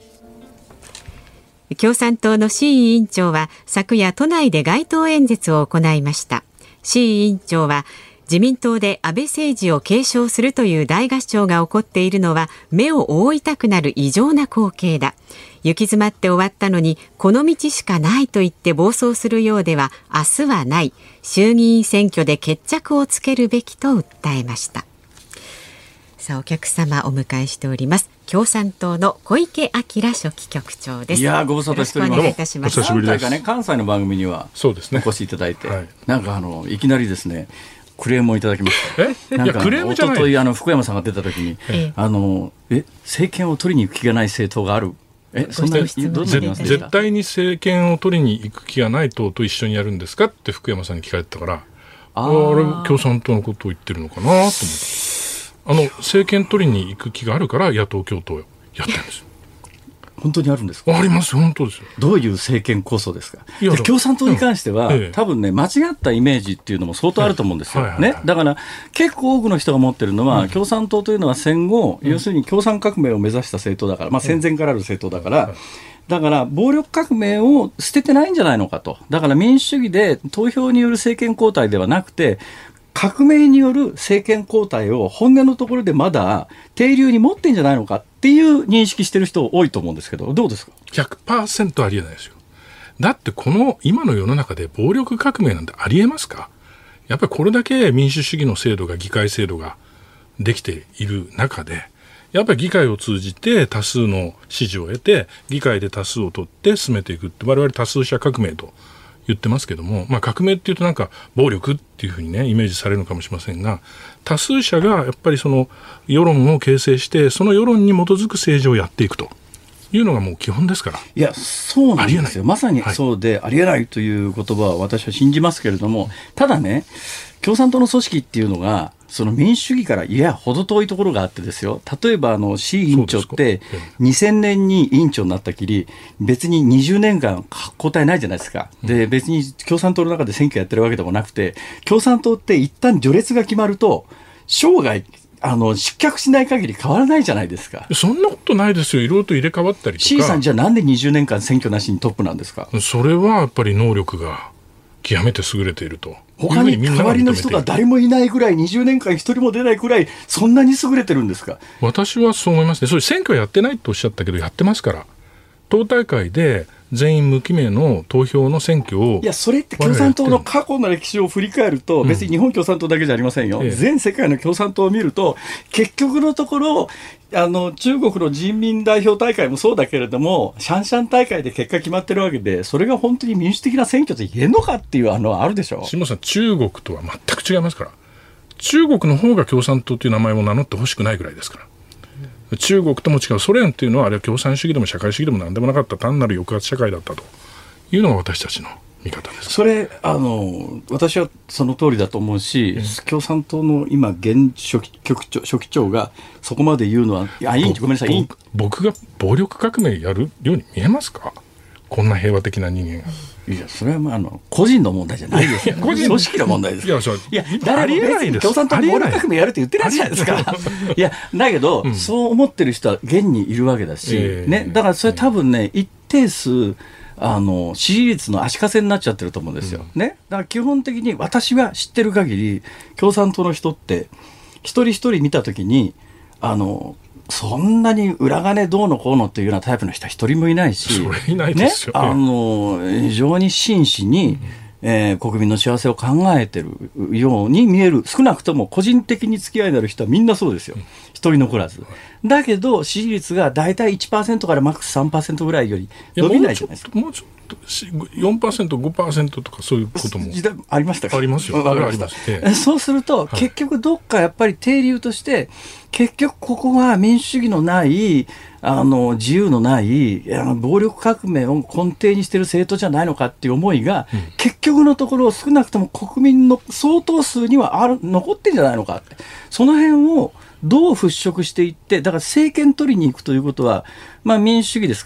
共産党の志位委員長は昨夜都内で街頭演説を行いました。志位委員長は自民党で安倍政治を継承するという大合唱が起こっているのは目を覆いたくなる異常な光景だ。行き詰まって終わったのにこの道しかないと言って暴走するようでは明日はない。衆議院選挙で決着をつけるべきと訴えました。さあお客様お迎えしております。共産党の小池晃書記局長です。 いやご無沙汰しております。 よろしくお願いいたします。 お久しぶりです。 何回かね関西の番組にはお越しいただいて、ねはい、なんかあのいきなりですねクレームをいただきました。 えなんかいやクレームじゃない。 おとといあの福山さんが出た時に、えあのえ政権を取りに行く気がない政党がある。えそんなどんなニュアンスですか。 絶対に政権を取りに行く気がない党と一緒にやるんですかって福山さんに聞かれてたから、ああれ共産党のことを言ってるのかなと思って、あの政権取りに行く気があるから野党共闘やってるんですよ。 本当にあるんですか。 あります。本当ですよ。 どういう政権構想ですか。で共産党に関しては、うんええ、多分ね間違ったイメージっていうのも相当あると思うんですよ、はいはいはいね、だから結構多くの人が持ってるのは、うん、共産党というのは戦後、うん、要するに共産革命を目指した政党だから、まあ、戦前からある政党だから、うんはいだから暴力革命を捨ててないんじゃないのかと。だから民主主義で投票による政権交代ではなくて革命による政権交代を本音のところでまだ定流に持ってんじゃないのかっていう認識してる人多いと思うんですけどどうですか。 ひゃくパーセント ありえないですよ。だってこの今の世の中で暴力革命なんてありえますか。やっぱりこれだけ民主主義の制度が議会制度ができている中でやっぱり議会を通じて多数の支持を得て議会で多数を取って進めていくって我々多数者革命と言ってますけども、まあ、革命っていうとなんか暴力っていうふうにねイメージされるのかもしれませんが多数者がやっぱりその世論を形成してその世論に基づく政治をやっていくというのがもう基本ですから。 いやそうなんですよ。まさにそうで、はい、ありえないという言葉は私は信じますけれどもただね共産党の組織っていうのがその民主主義からいや程遠いところがあってですよ。例えばあの志位委員長ってにせんねんに委員長になったきり別ににじゅうねんかん交代ないじゃないですか。で別に共産党の中で選挙やってるわけでもなくて共産党って一旦序列が決まると生涯あの失脚しない限り変わらないじゃないですか。 そんなことないですよ。いろいろと入れ替わったりとか。 C さんじゃあなんでにじゅうねんかん選挙なしにトップなんですか。 それはやっぱり能力が極めて優れていると。 他に代わりの人が誰もいないぐらいにじゅうねんかん一人も出ないぐらいそんなに優れてるんですか。 私はそう思いますね。それ選挙やってないとおっしゃったけどやってますから。党大会で全員無記名の投票の選挙を。 いやそれって共産党の過去の歴史を振り返ると、うん、別に日本共産党だけじゃありませんよ、ええ、全世界の共産党を見ると結局のところあの中国の人民代表大会もそうだけれどもシャンシャン大会で結果決まってるわけでそれが本当に民主的な選挙と言えるのかっていうあのあるでしょ。 下さん中国とは全く違いますから。中国の方が共産党という名前を名乗ってほしくないぐらいですから。中国とも違う。ソ連というのはあれは共産主義でも社会主義でも何でもなかった単なる抑圧社会だったというのが私たちの見方です。 それあの私はその通りだと思うし、うん、共産党の今現書記局長書記長がそこまで言うのはあいいごめんなさい僕が暴力革命やるように見えますか。こんな平和的な人間が。 いやそれはまああの個人の問題じゃないですよ。組織の問題です。 いやそれいや誰も別に共産党暴力革命やるって言ってないじゃないですか。いやだけど、うん、そう思ってる人は現にいるわけだし、えー、ねだからそれ多分ね一定数あの支持率の足かせになっちゃってると思うんですよ、うん、ねだから基本的に私は知ってる限り共産党の人って一人一人見たときにあのそんなに裏金どうのこうのっていうようなタイプの人は一人もいないし、 それいないですよ、 ね、あの非常に真摯に、うんえー、国民の幸せを考えてるように見える。少なくとも個人的に付き合いのある人はみんなそうですよ、うん、一人残らず。だけど支持率がだいたい いちパーセント からマックス さんパーセント ぐらいより伸びないじゃないですか。 もうちょっとよんパーセント、ごパーセント とかそういうことも時代ありましたか。 ありますよ。 わかりました。ええ、そうすると、はい、結局どっかやっぱり定流として結局ここは民主主義のないあの自由のないあの暴力革命を根底にしている政党じゃないのかっていう思いが、うん、結局のところ少なくとも国民の相当数にはある残ってんじゃないのかって。その辺をどう払拭していって、だから政権取りに行くということは、まあ、民主主義ですから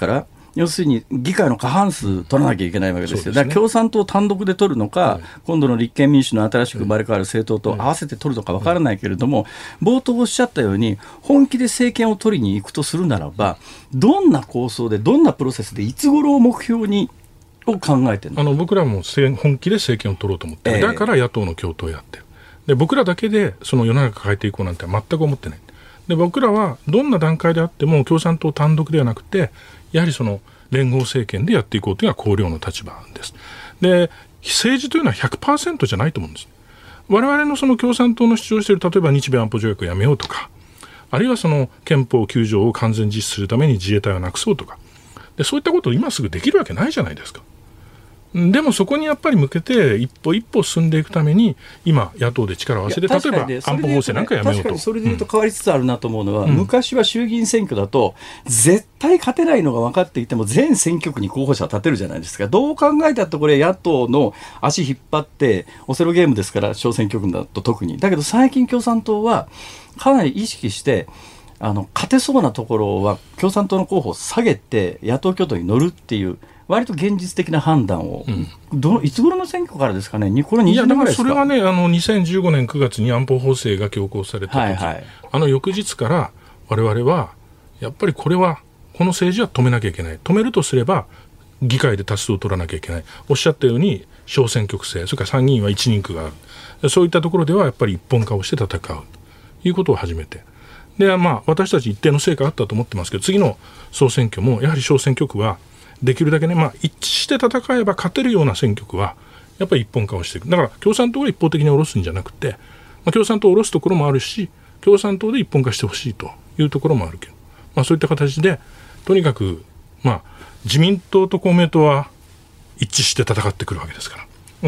要するに議会の過半数取らなきゃいけないわけですよ。 そうですね、 だから共産党単独で取るのか、はい、今度の立憲民主の新しく生まれ変わる政党と合わせて取るのか分からないけれども、冒頭おっしゃったように本気で政権を取りに行くとするならば、どんな構想でどんなプロセスでいつ頃を目標にを考えてるの？ あの僕らも本気で政権を取ろうと思ってる、えー、だから野党の共闘をやってる。で僕らだけでその世の中変えていこうなんて全く思ってない。で僕らはどんな段階であっても共産党単独ではなくて、やはりその連合政権でやっていこうというのが綱領の立場です。で政治というのは ひゃくパーセント じゃないと思うんです。我々のその共産党の主張している、例えば日米安保条約をやめようとか、あるいはその憲法きゅう条を完全実施するために自衛隊をなくそうとか、でそういったことを今すぐできるわけないじゃないですか。でもそこにやっぱり向けて一歩一歩進んでいくために今野党で力を合わせて、例えば安保法制なんかやめようと。 確かにそれでいうと変わりつつあるなと思うのは、うん、昔は衆議院選挙だと絶対勝てないのが分かっていても全選挙区に候補者を立てるじゃないですか。どう考えたってこれ野党の足引っ張ってオセロゲームですから、小選挙区だと特に。だけど最近共産党はかなり意識してあの勝てそうなところは共産党の候補を下げて野党共闘に乗るっていう割と現実的な判断を、うん、どいつ頃の選挙からですかね。これにじゅうねんぐらいですか。 いやだからそれはね、あのにせんじゅうごねんくがつに安保法制が強行された時、はいはい、あの翌日から我々はやっぱりこれはこの政治は止めなきゃいけない。止めるとすれば議会で多数を取らなきゃいけない。おっしゃったように小選挙区制、それから参議院はいちにん区がある。そういったところではやっぱり一本化をして戦うということを始めて、で、まあ、私たち一定の成果あったと思ってますけど、次の総選挙もやはり小選挙区はできるだけね、まあ、一致して戦えば勝てるような選挙区はやっぱり一本化をしていく。だから共産党が一方的に下ろすんじゃなくて、まあ、共産党を下ろすところもあるし、共産党で一本化してほしいというところもあるけど、まあ、そういった形でとにかく、まあ、自民党と公明党は一致して戦ってくるわけですから、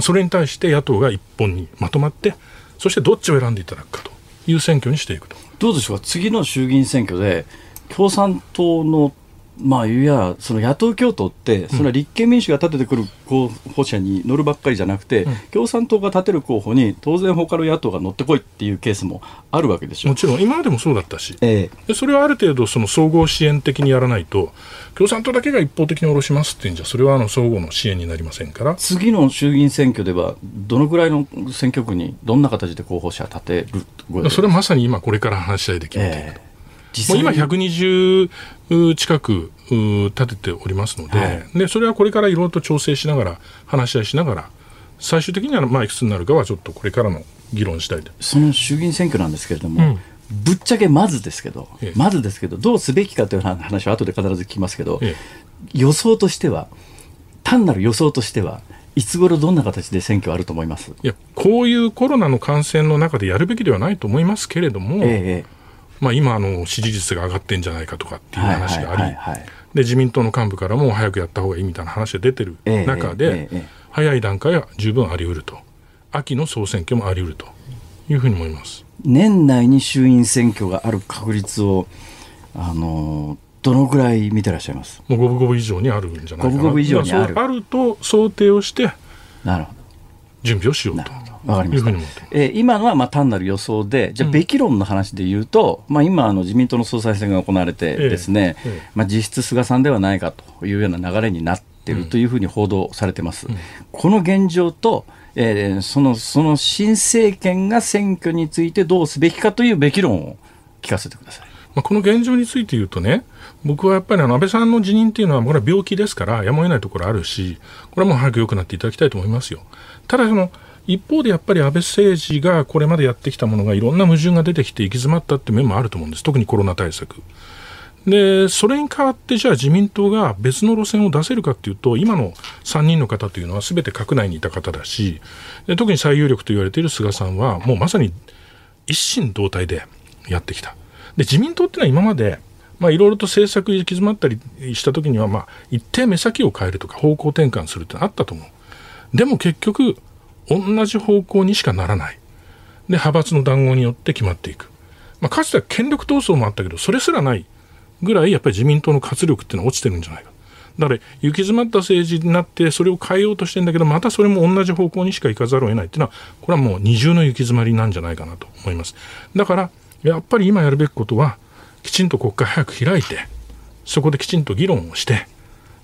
それに対して野党が一本にまとまって、そしてどっちを選んでいただくかという選挙にしていくと。 どうでしょうか、次の衆議院選挙で共産党のまあ、いやその野党共闘って、それは立憲民主が立ててくる候補者に乗るばっかりじゃなくて、うん、共産党が立てる候補に当然他の野党が乗ってこいっていうケースもあるわけでしょ。 もちろん今までもそうだったし、 ええ、 でそれはある程度その総合支援的にやらないと、共産党だけが一方的に下ろしますっていうんじゃ、それはあの総合の支援になりませんから。次の衆議院選挙ではどのぐらいの選挙区にどんな形で候補者立てる？ それはまさに今これから話し合いで決めていく、ええ、もう今ひゃくにじゅう近く立てておりますので、はい、でそれはこれからいろいろと調整しながら話し合いしながら最終的にはまあいくつになるかはちょっとこれからの議論したいで。 その衆議院選挙なんですけれども、うん、ぶっちゃけまずですけど、ええ、まずですけどどうすべきかという話は後で必ず聞きますけど、ええ、予想としては単なる予想としてはいつ頃どんな形で選挙あると思います？ いやこういうコロナの感染の中でやるべきではないと思いますけれども、ええまあ、今あの支持率が上がってんじゃないかとかっていう話があり、はいはいはいはい、で自民党の幹部からも早くやった方がいいみたいな話が出てる中で、ええええ、早い段階は十分あり得ると、秋の総選挙もあり得るというふうに思います。 年内に衆院選挙がある確率をあのどのぐらい見てらっしゃいます？ もう五分五分以上にあるんじゃないかな。 五分五分以上にある。 あると想定をしてなるほど準備をしようと。 わかりました。えー、今のはまあ単なる予想で、じゃあべき論の話で言うと、うんまあ、今あの自民党の総裁選が行われてですね、えーえーまあ、実質菅さんではないかというような流れになっているというふうに報道されています、うんうん、この現状と、えー、そのその新政権が選挙についてどうすべきかというべき論を聞かせてください。 まあ、この現状について言うとね、僕はやっぱりあの安倍さんの辞任というのはこれは病気ですからやむを得ないところあるし、これはもう早く良くなっていただきたいと思いますよ。ただその一方でやっぱり安倍政治がこれまでやってきたものがいろんな矛盾が出てきて行き詰まったって面もあると思うんです。特にコロナ対策で、それに代わってじゃあ自民党が別の路線を出せるかっていうと、今のさんにんの方というのは全て閣内にいた方だし、で特に最有力と言われている菅さんはもうまさに一心同体でやってきた。で自民党っていうのは今までまあいろいろと政策行き詰まったりした時にはまあ一定目先を変えるとか方向転換するってのあったと思う。でも結局同じ方向にしかならない。で派閥の談合によって決まっていく、まあ、かつては権力闘争もあったけどそれすらないぐらいやっぱり自民党の活力っていうのは落ちてるんじゃないか。だから行き詰まった政治になってそれを変えようとしてるんだけど、またそれも同じ方向にしか行かざるを得ないっていうのは、これはもう二重の行き詰まりなんじゃないかなと思います。だからやっぱり今やるべきことはきちんと国会早く開いて、そこできちんと議論をして、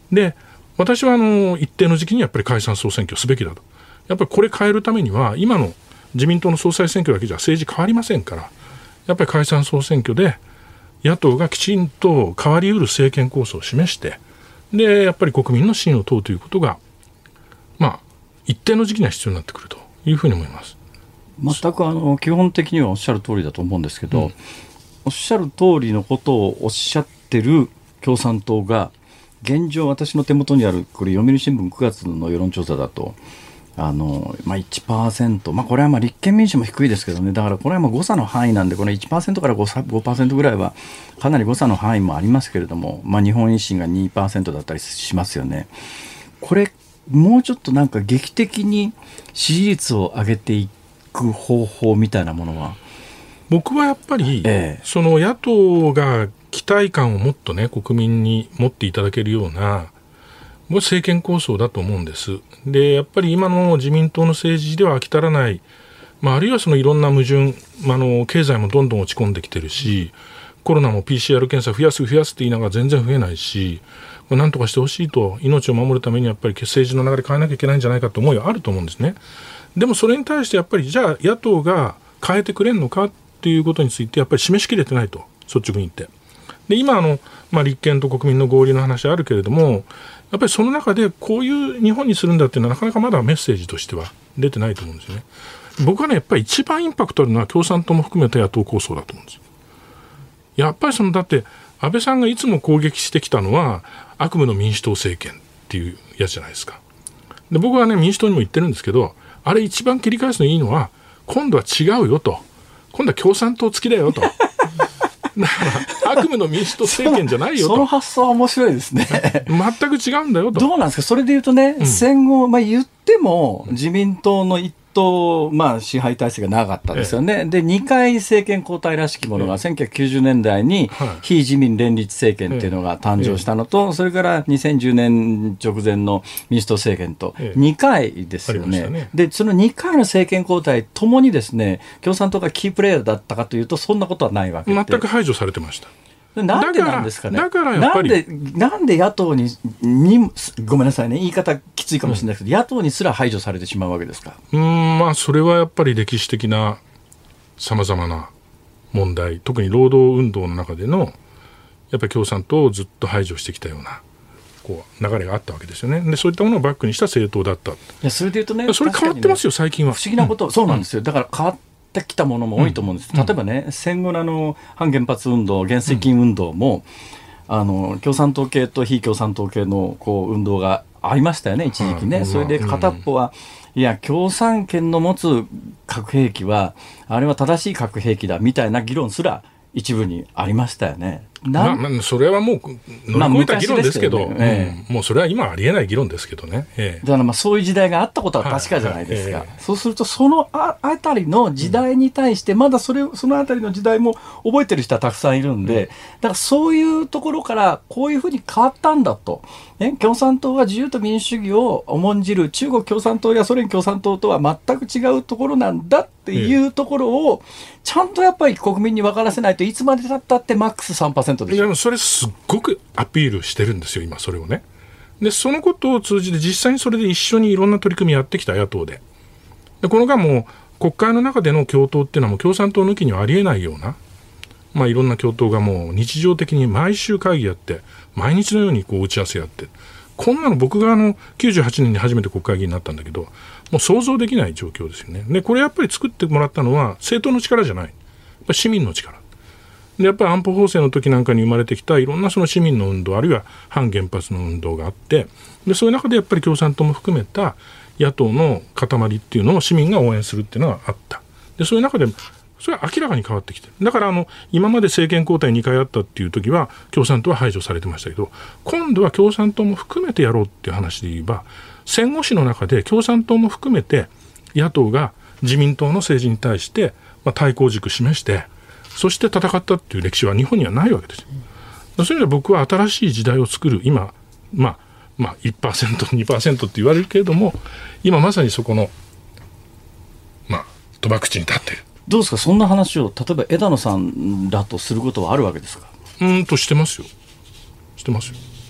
で私はあの一定の時期にやっぱり解散総選挙すべきだと。やっぱりこれ変えるためには今の自民党の総裁選挙だけじゃ政治変わりませんから、やっぱり解散総選挙で野党がきちんと変わりうる政権構想を示して、でやっぱり国民の信を問うということが、まあ、一定の時期には必要になってくるというふうに思います。 全くあの基本的にはおっしゃる通りだと思うんですけど、うん、おっしゃる通りのことをおっしゃってる共産党が現状私の手元にあるこれ読売新聞くがつの世論調査だとあの、まあ、いちパーセント、まあ、これはまあ立憲民主も低いですけどね、だからこれはまあ誤差の範囲なんで、これ いちパーセント から ごパーセント ぐらいはかなり誤差の範囲もありますけれども、まあ、日本維新が にパーセント だったりしますよね。これもうちょっとなんか劇的に支持率を上げていく方法みたいなものは、 僕はやっぱり、ええ、その野党が期待感をもっとね国民に持っていただけるようなもう政権構想だと思うんです。でやっぱり今の自民党の政治では飽き足らない、まあ、あるいはそのいろんな矛盾、まあ、あの経済もどんどん落ち込んできてるし、コロナも ピーシーアール 検査増やす増やすって言いながら全然増えないし、これなんとかしてほしいと、命を守るためにやっぱり政治の流れ変えなきゃいけないんじゃないかと思いはあると思うんですね。でもそれに対してやっぱりじゃあ野党が変えてくれるのかっていうことについてやっぱり示しきれてないと、率直に言って。で今あの、まあ、立憲と国民の合理の話あるけれども、やっぱりその中でこういう日本にするんだっていうのはなかなかまだメッセージとしては出てないと思うんですよね。僕はねやっぱり一番インパクトあるのは共産党も含めた野党構想だと思うんですよ。やっぱりそのだって安倍さんがいつも攻撃してきたのは悪夢の民主党政権っていうやつじゃないですか。で僕はね民主党にも言ってるんですけど、あれ一番切り返すのいいのは今度は違うよと、今度は共産党付きだよとだから悪夢の民主党政権じゃないよと。 その発想は面白いですね。 全く違うんだよと。 どうなんですかそれで言うとね、うん、戦後、まあ、言っても自民党の一党、まあ、支配体制が長かったですよね、ええ、でにかい政権交代らしきものが、ええ、せんきゅうひゃくきゅうじゅうねんだいに非自民連立政権っていうのが誕生したのと、ええ、それからにせんじゅうねん直前の民主党政権とにかいですよね、ええね、でそのにかいの政権交代ともにですね共産党がキープレーヤーだったかというとそんなことはないわけで、 全く排除されてました。 なんでなんですかね。 だからやっぱりなんで、なんで野党ににごめんなさいね言い方きついかもしれないけど、うん、野党にすら排除されてしまうわけですか。 うーんまあそれはやっぱり歴史的なさまざまな問題、特に労働運動の中でのやっぱり共産党をずっと排除してきたようなこう流れがあったわけですよね。でそういったものをバックにした政党だった。いやそれで言うとね、 それ変わってますよ、ね、最近は。 不思議なこと、うん、そうなんですよ。だから変わってきたものも多いと思うんです、うん、例えばね戦後のあの反原発運動原水禁運動も、うん、あの共産党系と非共産党系のこう運動がありましたよね一時期ね、うん、それで片っぽは、うん、いや共産圏の持つ核兵器はあれは正しい核兵器だみたいな議論すら一部にありましたよね。 まあまあ、それはもう乗り越えた議論ですけど、まあねうん、もうそれは今ありえない議論ですけどね、ええ、 だからまあそういう時代があったことは確かじゃないですか、はいはいええ、そうするとその あ, あたりの時代に対してまだそれそのあたりの時代も覚えてる人はたくさんいるんで、うん、だからそういうところからこういうふうに変わったんだと、ね、共産党は自由と民主主義を重んじる中国共産党やソ連共産党とは全く違うところなんだっていうところをちゃんとやっぱり国民に分からせないといつまでたったってマックス さんパーセント でしょ。 いやそれすっごくアピールしてるんですよ今それをね。でそのことを通じて実際にそれで一緒にいろんな取り組みやってきた野党で、でこの間も国会の中での共闘っていうのはもう共産党抜きにはありえないような、まあ、いろんな共闘がもう日常的に毎週会議やって毎日のようにこう打ち合わせやって、こんなの僕があのきゅうじゅうはちねんに初めて国会議員になったんだけどもう想像できない状況ですよね。でこれやっぱり作ってもらったのは政党の力じゃない、やっぱ市民の力で、やっぱり安保法制の時なんかに生まれてきたいろんなその市民の運動あるいは反原発の運動があって、でそういう中でやっぱり共産党も含めた野党の塊っていうのを市民が応援するっていうのがあった。でそういう中でそれは明らかに変わってきてる。だからあの今まで政権交代にかいあったっていう時は共産党は排除されてましたけど、今度は共産党も含めてやろうっていう話で言えば、戦後史の中で共産党も含めて野党が自民党の政治に対してまあ対抗軸示して、そして戦ったっていう歴史は日本にはないわけですよ。そういう意味で僕は新しい時代を作る今、まあまあ いちパーセント にパーセント って言われるけれども、今まさにそこのまあ賭博地に立っている。 どうですかそんな話を例えば枝野さんだとすることはあるわけですか。 うーんとしてますよしてますよ。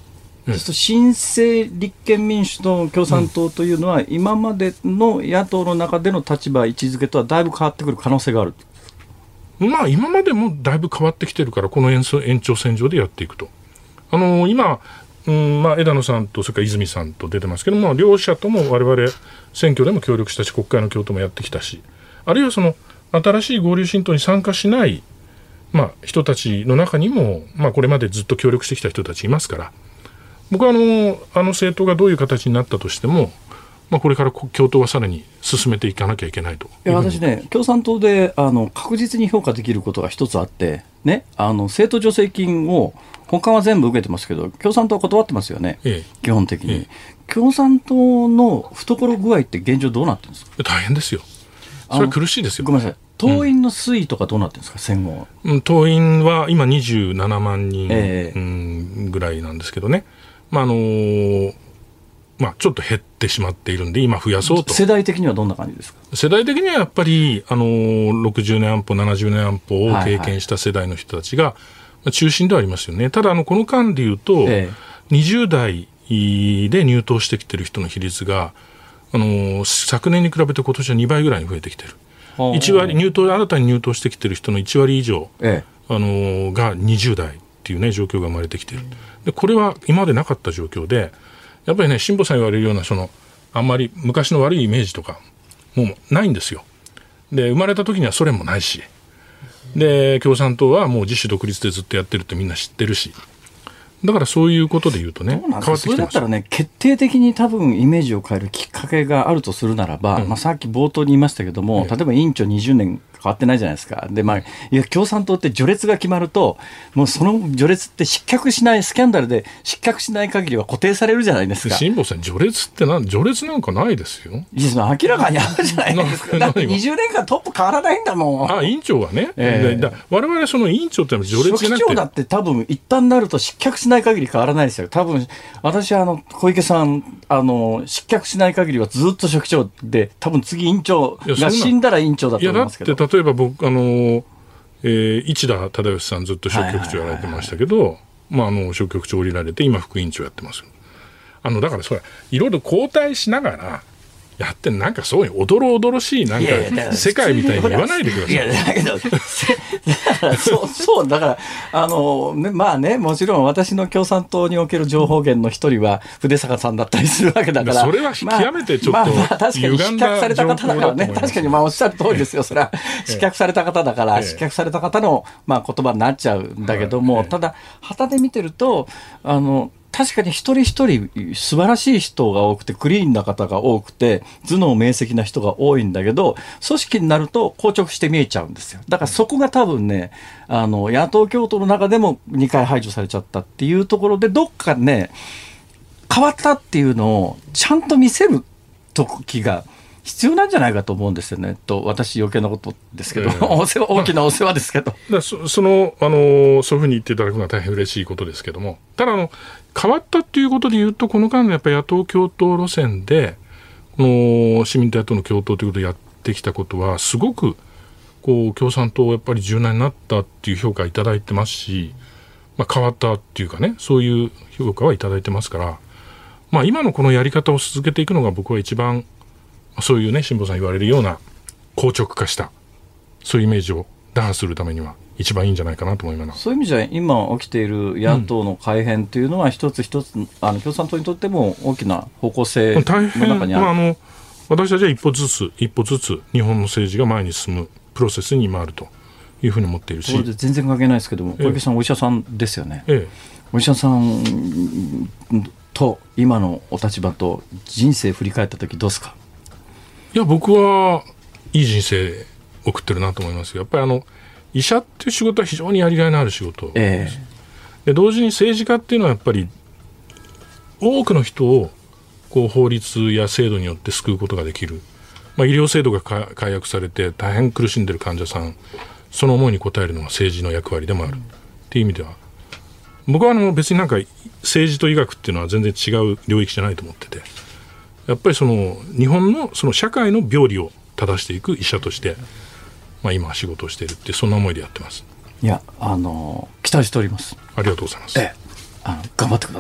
そうすると新生立憲民主党、共産党というのは、今までの野党の中での立場、位置づけとはだいぶ変わってくる可能性がある。 まあ、今までもだいぶ変わってきてるから、この延長線上でやっていくと。あのー、今、うんまあ、枝野さんとそれから泉さんと出てますけども、両者とも我々選挙でも協力したし、国会の共闘もやってきたし、あるいはその新しい合流新党に参加しない、まあ、人たちの中にも、まあ、これまでずっと協力してきた人たちいますから、僕はあのあの政党がどういう形になったとしても、まあ、これから共闘はさらに進めていかなきゃいけないと。 いや私ね、共産党であの確実に評価できることが一つあって、ね、あの政党助成金を他は全部受けてますけど、共産党は断ってますよね、ええ、基本的に、ええ、共産党の懐具合って現状どうなってるんですか。 大変ですよ、それは苦しいですよ。 ごめんなさい、党員の推移とかどうなってるんですか、戦後。 うん、党員は今にじゅうななまんにん、 ええ、 うんぐらいなんですけどね、まああのーまあ、ちょっと減ってしまっているんで、今増やそうと。 世代的にはどんな感じですか。 世代的にはやっぱり、あのー、ろくじゅうねん安保、ななじゅうねん安保を経験した世代の人たちが中心ではありますよね。ただあのこの間でいうと、ええ、にじゅう代で入党してきてる人の比率が、あのー、昨年に比べて今年はにばいぐらいに増えてきてる。いち割入党新たに入党してきてる人のいち割以上、ええ、あのー、がにじゅう代っていうね状況が生まれてきてる。でこれは今までなかった状況で、やっぱりね、辛坊さん言われるようなそのあんまり昔の悪いイメージとかもうないんですよ。で生まれた時にはソ連もないし、で共産党はもう自主独立でずっとやってるってみんな知ってるし、だからそういうことで言うとね、変わってきてます。 それだったらね、決定的に多分イメージを変えるきっかけがあるとするならば、うんまあ、さっき冒頭に言いましたけども、ええ、例えば委員長にじゅうねん変わってないじゃないですか。で、まあ、いや共産党って序列が決まると、もうその序列って失脚しない、スキャンダルで失脚しない限りは固定されるじゃないですか。 辛坊さん、序列って何、序列なんかないですよ。 いや明らかにあるじゃないですか。だってにじゅうねんかんトップ変わらないんだもん。 あ、委員長はね、えー、だ我々その委員長ってのは序列じゃなくて、 書記長だって多分一旦なると失脚しない限り変わらないですよ。多分私はあの小池さんあの失脚しない限りはずっと書記長で、多分次委員長が死んだら委員長だと思いますけど。 いやだって例えば僕あの、えー、市田忠義さんずっと書局長やられてましたけど、まああの書局長降りられて今副委員長やってます。あのだからそれいろいろ交代しながらやってなんかそういうおどろおどろしいなんか世界みたいに言わないでください。 いやだけどだからそうそうだからあの、ね、まあねもちろん私の共産党における情報源の一人は筆坂さんだったりするわけだから、 それは極めてちょっと、 まあまあまあ、確かに失脚された方だからね、確かにまあおっしゃる通りですよ。それは失脚された方だから、ええ、失脚された方のまあ言葉になっちゃうんだけども、ええ、ただ旗で見てるとあの確かに一人一人素晴らしい人が多くてクリーンな方が多くて頭脳明晰な人が多いんだけど、組織になると硬直して見えちゃうんですよ。だからそこが多分ねあの野党共闘の中でもにかい排除されちゃったっていうところで、どっかね変わったっていうのをちゃんと見せる時が必要なんじゃないかと思うんですよね。と私余計なことですけど、えー、お世話大きなお世話ですけど、 まあ、そ, そのあのそういうふうに言っていただくのは大変嬉しいことですけども、ただあの変わったっていうことでいうと、この間のやっぱり野党共闘路線でこの市民と野党の共闘ということをやってきたことはすごくこう共産党やっぱり柔軟になったっていう評価をいただいてますし、まあ、変わったっていうかね、そういう評価はいただいてますから、まあ、今のこのやり方を続けていくのが僕は一番そういうね辛坊さん言われるような硬直化したそういうイメージを打破するためには一番いいんじゃないかなと思います。 そういう意味じゃ今起きている野党の改変というのは一つ一つ、うん、あの共産党にとっても大きな方向性の中にある。大変、まあ、あの私たちは一歩ずつ一歩ずつ日本の政治が前に進むプロセスに回るというふうに思っているし、これで全然関係ないですけども、小池さん、ええ、お医者さんですよね、ええ、お医者さんと今のお立場と人生振り返ったときどうですか。 いや僕はいい人生送ってるなと思いますよ。やっぱりあの医者っていう仕事は非常にやりがいのある仕事です、えー、で同時に政治家っていうのはやっぱり多くの人をこう法律や制度によって救うことができる、まあ、医療制度が改悪されて大変苦しんでる患者さん、その思いに応えるのが政治の役割でもあるっていう意味では、僕はあの別になんか政治と医学っていうのは全然違う領域じゃないと思ってて、やっぱりその日本のその社会の病理を正していく医者として、まあ、今仕事をしているってそんな思いでやってます。 いやあの期待しております。 ありがとうございます、 ええ、あの頑張ってください。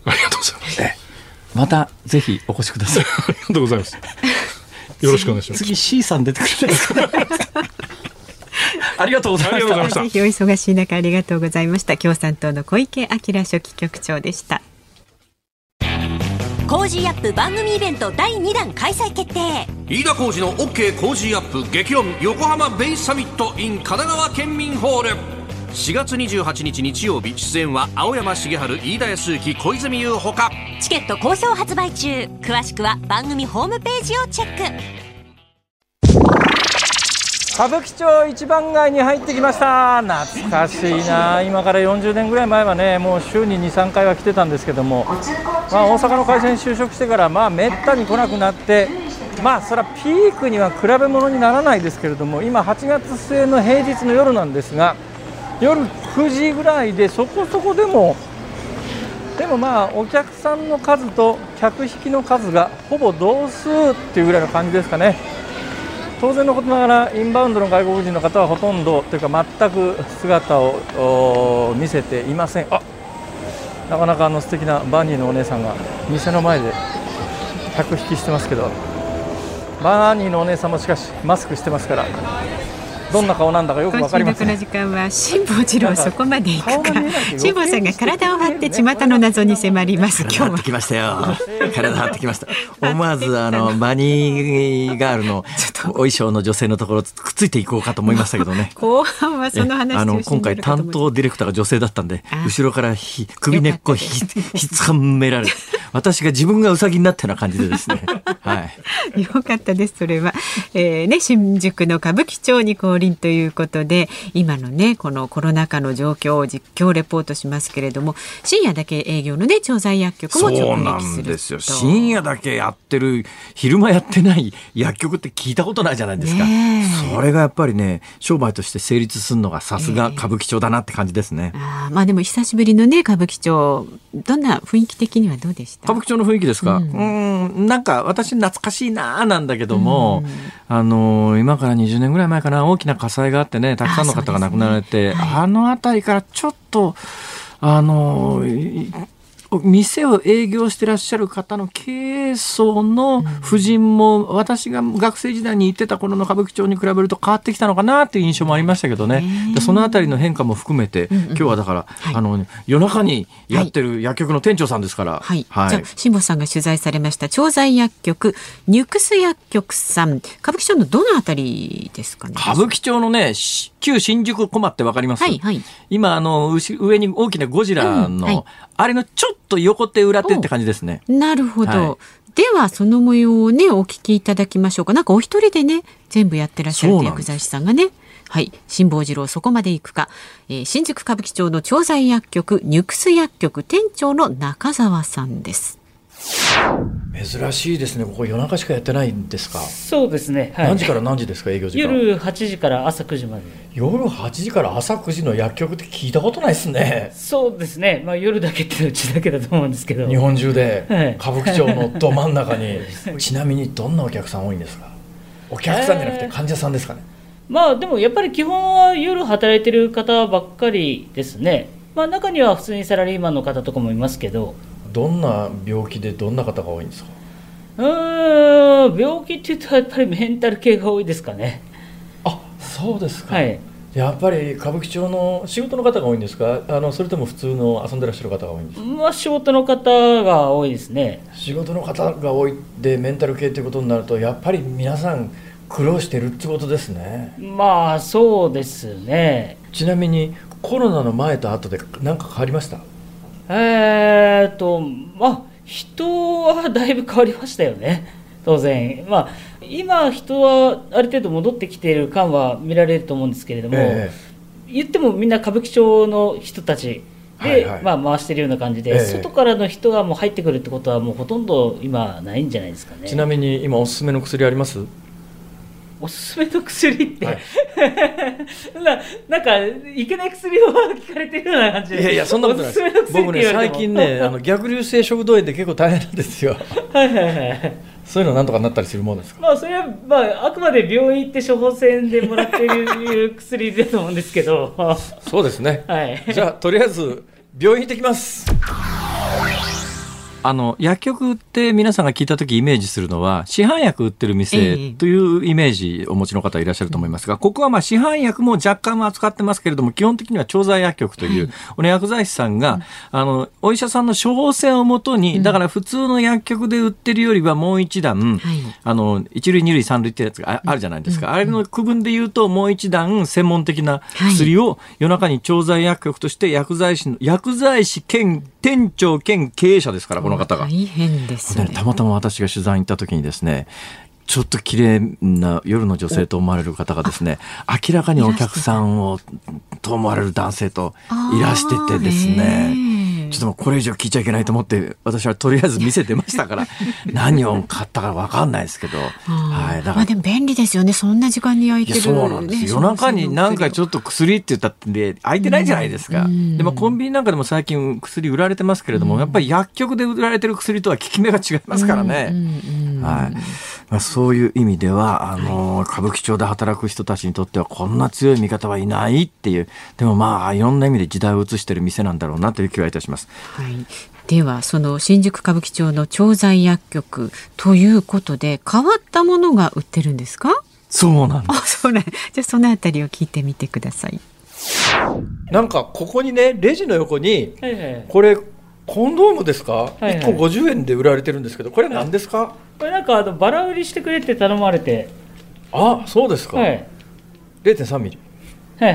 ありがとうございます。 またぜひお越しください。 ありがとうございます。よろしくお願いします。 次 C さん出てくるんですか。ありがとうございました。 ぜひお忙しい中ありがとうございました。共産党の小池晃書記局長でした。 コージーアップ番組イベントだいにだん開催決定。 飯田浩司の OK コージーアップ激論横浜ベイサミット in 神奈川県民ホール。しがつにじゅうはちにち日曜日、出演は青山茂春、飯田康之、小泉優ほか。 チケット好評発売中。詳しくは番組ホームページをチェック。 歌舞伎町一番街に入ってきました。懐かしいな。今からよんじゅうねんぐらい前はね、もう週ににさんかいは来てたんですけども、まあ、大阪の会社に就職してからまあめったに来なくなって、まあそれはピークには比べ物にならないですけれども、今はちがつ末の平日の夜なんですが、夜くじぐらいでそこそこでもでもまあお客さんの数と客引きの数がほぼ同数っていうぐらいの感じですかね。当然のことながらインバウンドの外国人の方はほとんどというか全く姿を見せていません。あ、なかなかあの素敵なバニーのお姉さんが店の前で客引きしてますけど、バニーのお姉さんもしかしマスクしてますから、どんな顔なんだかよくわかりません。 今週のこの時間は辛坊治郎そこまで行くか、辛坊さんが体を張って巷の謎に迫ります。 今日は張ってきましたよ。体張ってきました。思わずあのバニーガールのお衣装の女性のところくっついていこうかと思いましたけどね。 後半はその話あの今回担当ディレクターが女性だったんで、後ろからひ首根っこひひつかめられて、私が自分がウサギになったような感じでですね。はい。 よかったです。それは、えー、ね新宿の歌舞伎町に降臨ということで、今のねこのコロナ禍の状況を実況レポートしますけれども、深夜だけ営業のね調剤薬局も直撃すると。 そうなんですよ。深夜だけやってる、昼間やってない薬局って聞いたことないじゃないですか。それがやっぱりね商売として成立するのがさすが歌舞伎町だなって感じですね。 あまあでも久しぶりのね歌舞伎町、どんな雰囲気的にはどうでした？ 歌舞伎町の雰囲気ですか。うん、うんなんか私懐かしいななんだけども、あの今からにじゅうねんぐらい前かな、大きな火災があってね、たくさんの方が亡くなられて、 あ,、ねはい、あの辺りからちょっとあの店を営業してらっしゃる方の経営層の婦人も、私が学生時代に行ってた頃の歌舞伎町に比べると変わってきたのかなっていう印象もありましたけどね。でそのあたりの変化も含めて、うんうん、今日はだから、はい、あの夜中にやってる薬局の店長さんですから、 はいはい、じゃあ辛坊さんが取材されました調剤薬局ニュクス薬局さん、歌舞伎町のどのあたりですかね？ 歌舞伎町のね旧新宿コマってわかります？はいはい、今あの上に大きなゴジラの、うんはい、あれのちょっと横手裏手って感じですね。 なるほど、はい、ではその模様をねお聞きいただきましょうか。なんかお一人でね全部やってらっしゃる薬剤師さんがね、はい辛坊治郎そこまで行くか、えー、新宿歌舞伎町の調剤薬局ニュクス薬局店長の中澤さんです。 珍しいですね。ここ夜中しかやってないんですか？ そうですね、はい、 何時から何時ですか営業時間？ 夜はちじから朝くじまで。 夜はちじから朝くじの薬局って聞いたことないですね。 そうですね、まあ、夜だけっていうのはうちだけだと思うんですけど、 日本中で歌舞伎町のど真ん中にちなみにどんなお客さん多いんですか？お客さんじゃなくて患者さんですかね？ えー、まあでもやっぱり基本は夜働いてる方ばっかりですね。まあ中には普通にサラリーマンの方とかもいますけど。 どんな病気でどんな方が多いんですか？ うーん病気っていうとやっぱりメンタル系が多いですかね。 あ、そうですか。 はい、 やっぱり歌舞伎町の仕事の方が多いんですか？あのそれとも普通の遊んでらっしゃる方が多いんですか？ まあ仕事の方が多いですね。 仕事の方が多いでメンタル系ということになるとやっぱり皆さん苦労してるってことですね。 まあそうですね。 ちなみにコロナの前と後で何か変わりました？ えーとまあ人はだいぶ変わりましたよね当然。まあ今人はある程度戻ってきている感は見られると思うんですけれども、えー、言ってもみんな歌舞伎町の人たちで、はいはい、まあ、回してるような感じで、えー、外からの人がもう入ってくるってことはもうほとんど今ないんじゃないですかね。 ちなみに今おすすめの薬あります？ おすすめの薬って、はい、な, なんかいけない薬を聞かれてるような感じで。 いやいやそんなことないです。僕ね最近ねあの逆流性食道炎で結構大変なんですよ。 はいはいはい。 そういうのなんとかなったりするものですか？ まあそれは、まあ、あくまで病院行って処方箋でもらっている薬だと思うんですけど。 そうですね、 はい、 じゃあとりあえず病院行ってきます。 あの薬局って皆さんが聞いた時イメージするのは市販薬売ってる店というイメージをお持ちの方いらっしゃると思いますが、ここはまあ市販薬も若干は扱ってますけれども、基本的には調剤薬局という、はい、薬剤師さんが、うん、あのお医者さんの処方箋をもとに、だから普通の薬局で売ってるよりはもう一段、うん、あのいち類に類さん類ってやつが あ, あるじゃないですか、うん、あれの区分で言うともう一段専門的な薬を夜中に調剤薬局として薬剤師の薬剤師兼店長兼経営者ですから、この方が大変ですね。 たまたま私が取材に行った時にですね、ちょっと綺麗な夜の女性と思われる方がですね、明らかにお客さんをと思われる男性といらしててですね、ちょっともうこれ以上聞いちゃいけないと思って私はとりあえず見せてましたから何を買ったか分かんないですけど、 はい、だからまあでも便利ですよね、そんな時間に空いてる。 そうなんです、ね、夜中になんかちょっと薬って言ったって空いてないじゃないですか、うん、でもコンビニなんかでも最近薬売られてますけれども、うん、やっぱり薬局で売られてる薬とは効き目が違いますからね、うんうんうん、はい、まあ、そういう意味ではあの、はい、歌舞伎町で働く人たちにとってはこんな強い味方はいないっていう、でもまあいろんな意味で時代を映してる店なんだろうなという気がいたします。 はい、ではその新宿歌舞伎町の調剤薬局ということで変わったものが売ってるんですか？ そうなんです。 あ、そうなん。じゃあそのあたりを聞いてみてください。 なんかここにね、レジの横に、 はいはい、 これコンドームですか、はいはい、いっこごじゅうえんで売られてるんですけど、これ何ですか？ これなんかあのバラ売りしてくれって頼まれて。 あ、そうですか、はい、れいてんさんミリ、 はい、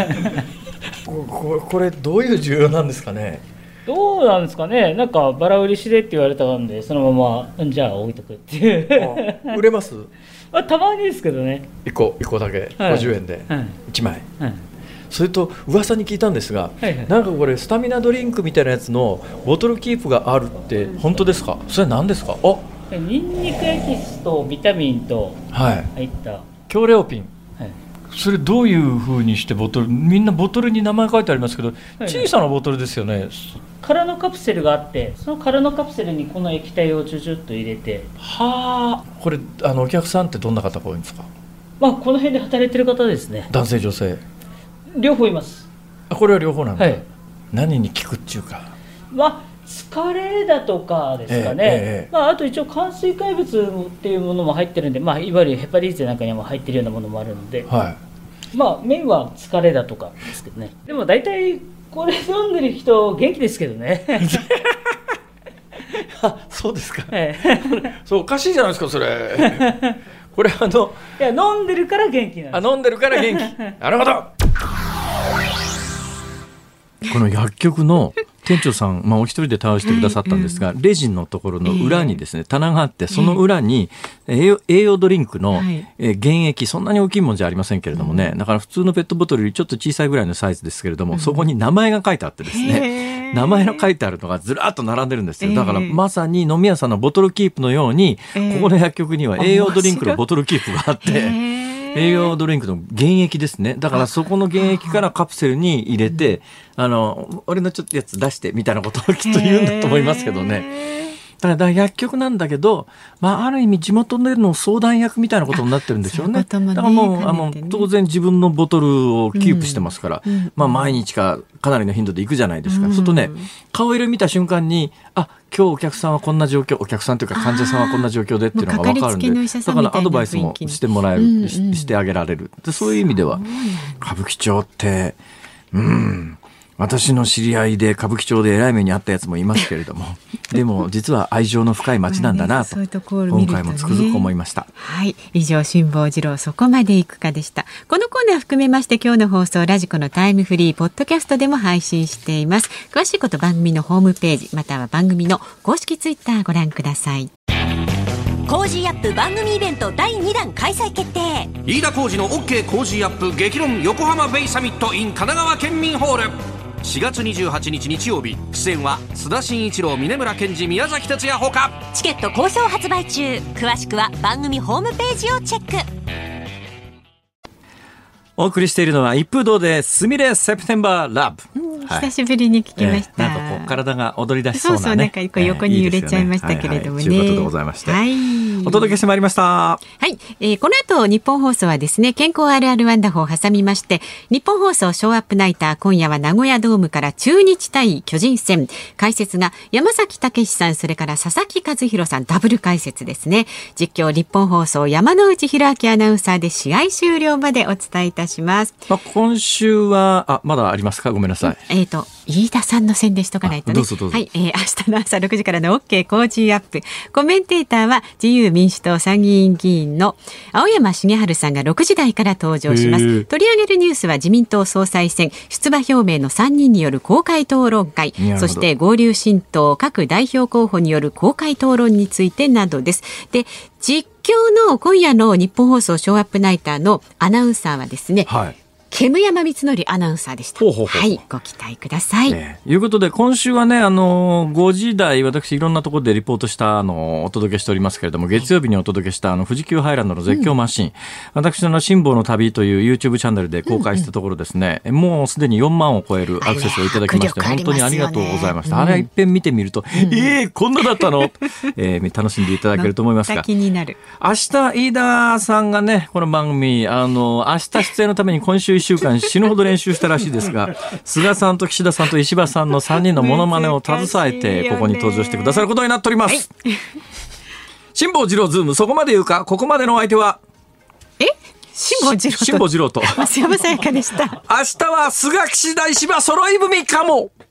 こ, これどういう需要なんですかね。 どうなんですかね、なんかバラ売りしでって言われたんでそのままじゃあ置いとくっていうあ、売れますまあ、たまにですけどね、 いっこいっこだけごじゅうえんで、はい、いちまい、はい、それと噂に聞いたんですが、はいはい、なんかこれスタミナドリンクみたいなやつのボトルキープがあるって本当ですか？それは何ですか？あ、 ニンニクエキスとビタミンと入った、 はい、強レオピン、はい、それどういう風にしてボトル、みんなボトルに名前書いてありますけど、はい、小さなボトルですよね。 空のカプセルがあって、その空のカプセルにこの液体をジュジュッと入れて。 はあ、これあのお客さんってどんな方が多いんですか？ まあ、この辺で働いてる方ですね。 男性女性両方います。 あ、これは両方なんだ、 はい、 何に効くっていうか、 まあ、疲れだとかですかね、ええええ、まあ、あと一応炭水化物っていうものも入ってるんで、まあ、いわゆるヘパリーゼなんかにも入ってるようなものもあるので、 はい、 まあ、メインは疲れだとかですけどね。でも大体これ飲んでる人元気ですけどねあ、そうですか、 ええ、そうおかしいじゃないですかそれこれあのいや飲んでるから元気なんです。 あ、飲んでるから元気なるほど。 この薬局の店長さん、まあ、お一人で対応してくださったんですが、レジのところの裏にですね、棚があって、その裏に栄養、栄養ドリンクの原液、そんなに大きいものじゃありませんけれどもね、だから普通のペットボトルよりちょっと小さいぐらいのサイズですけれども、そこに名前が書いてあってですね、名前の書いてあるのがずらっと並んでるんですよ。だからまさに飲み屋さんのボトルキープのように、ここの薬局には栄養ドリンクのボトルキープがあって、栄養ドリンクの原液ですね。だからそこの原液からカプセルに入れて、あの俺のちょっとやつ出してみたいなことをきっと言うんだと思いますけどね。だから薬局なんだけど、まあ、ある意味地元での相談役みたいなことになってるんでしょうね。だからもうあの当然自分のボトルをキープしてますから、うんまあ、毎日かかなりの頻度で行くじゃないですか、うん、そうするとね、顔色見た瞬間にあ今日お客さんはこんな状況、お客さんというか患者さんはこんな状況でっていうのが分かるんで、だからアドバイスもしてもらえる、うんうん、してあげられるで、そういう意味では歌舞伎町ってうん私の知り合いで歌舞伎町で偉い目にあったやつもいますけれどもでも実は愛情の深い街なんだなと、ね、今回もつくづく思いました。 はい、以上辛坊治郎そこまで行くかでした。このコーナー含めまして今日の放送ラジコのタイムフリーポッドキャストでも配信しています。詳しいこと番組のホームページまたは番組の公式ツイッターご覧ください。 コージーアップ番組イベントだいにだん開催決定。 飯田浩司の OK コージーアップ激論横浜ベイサミット in 神奈川県民ホール、しがつにじゅうはちにち日曜日、出演は須田慎一郎、峯村健二、宮崎哲也ほか。 チケット好評発売中。詳しくは番組ホームページをチェック。 お送りしているのは一風堂でスミレセプテンバーラブ。 はい、 久しぶりに聞きました、 えー、なんかこう体が踊り出しそうなね、 そうそう、なんかこう横に揺れちゃいましたけれどもね、 ということでございまして、 はい、 お届けしてまいりました。 はい、えー、この後日本放送はですね、健康あるあるワンダホーを挟みまして、日本放送ショーアップナイター、今夜は名古屋ドームから中日対巨人戦、解説が山崎武さん、それから佐々木和弘さん、ダブル解説ですね。実況日本放送山内弘明アナウンサーで試合終了までお伝えいたします。 まあ、今週はあまだありますか、ごめんなさい。 えーと飯田さんの宣伝しとかないとね。 どうぞどうぞ。 はい、えー、明日の朝ろくじからの OK 工事アップ。コメンテーターは自由民主党参議院議員の青山茂春さんがろくじ台から登場します。取り上げるニュースは自民党総裁選出馬表明のさんにんによる公開討論会、そして合流新党各代表候補による公開討論についてなどです。で、実況の今夜の日本放送ショーアップナイターのアナウンサーはですね、はい、煙山光則アナウンサーでした。 ほうほうほう。 はい、ご期待ください。 えー、いうことで今週はね、あのごじ台私いろんなところでリポートしたあのお届けしておりますけれども、月曜日にお届けしたあの富士急ハイランドの絶叫マシン、うん、私の辛抱の旅という YouTube チャンネルで公開したところですね、うんうん、もうすでによんまんを超えるアクセスをいただきまして、本当にありがとうございました。うん、あれ一遍見てみると、うん、えー、こんなだったの、えー、楽しんでいただけると思いますが、 気になる。 明日飯田さんがね、この番組あの明日出演のために今週いっしゅうかん死ぬほど練習したらしいですが、菅さんと岸田さんと石破さんのさんにんのモノマネを携えてここに登場してくださることになっております。はい、辛坊治郎ズーム、そこまで言うか。ここまでのお相手はえ辛坊治郎と辛坊治郎と増山さやかでした。 明日は菅岸田石破揃い踏みかも。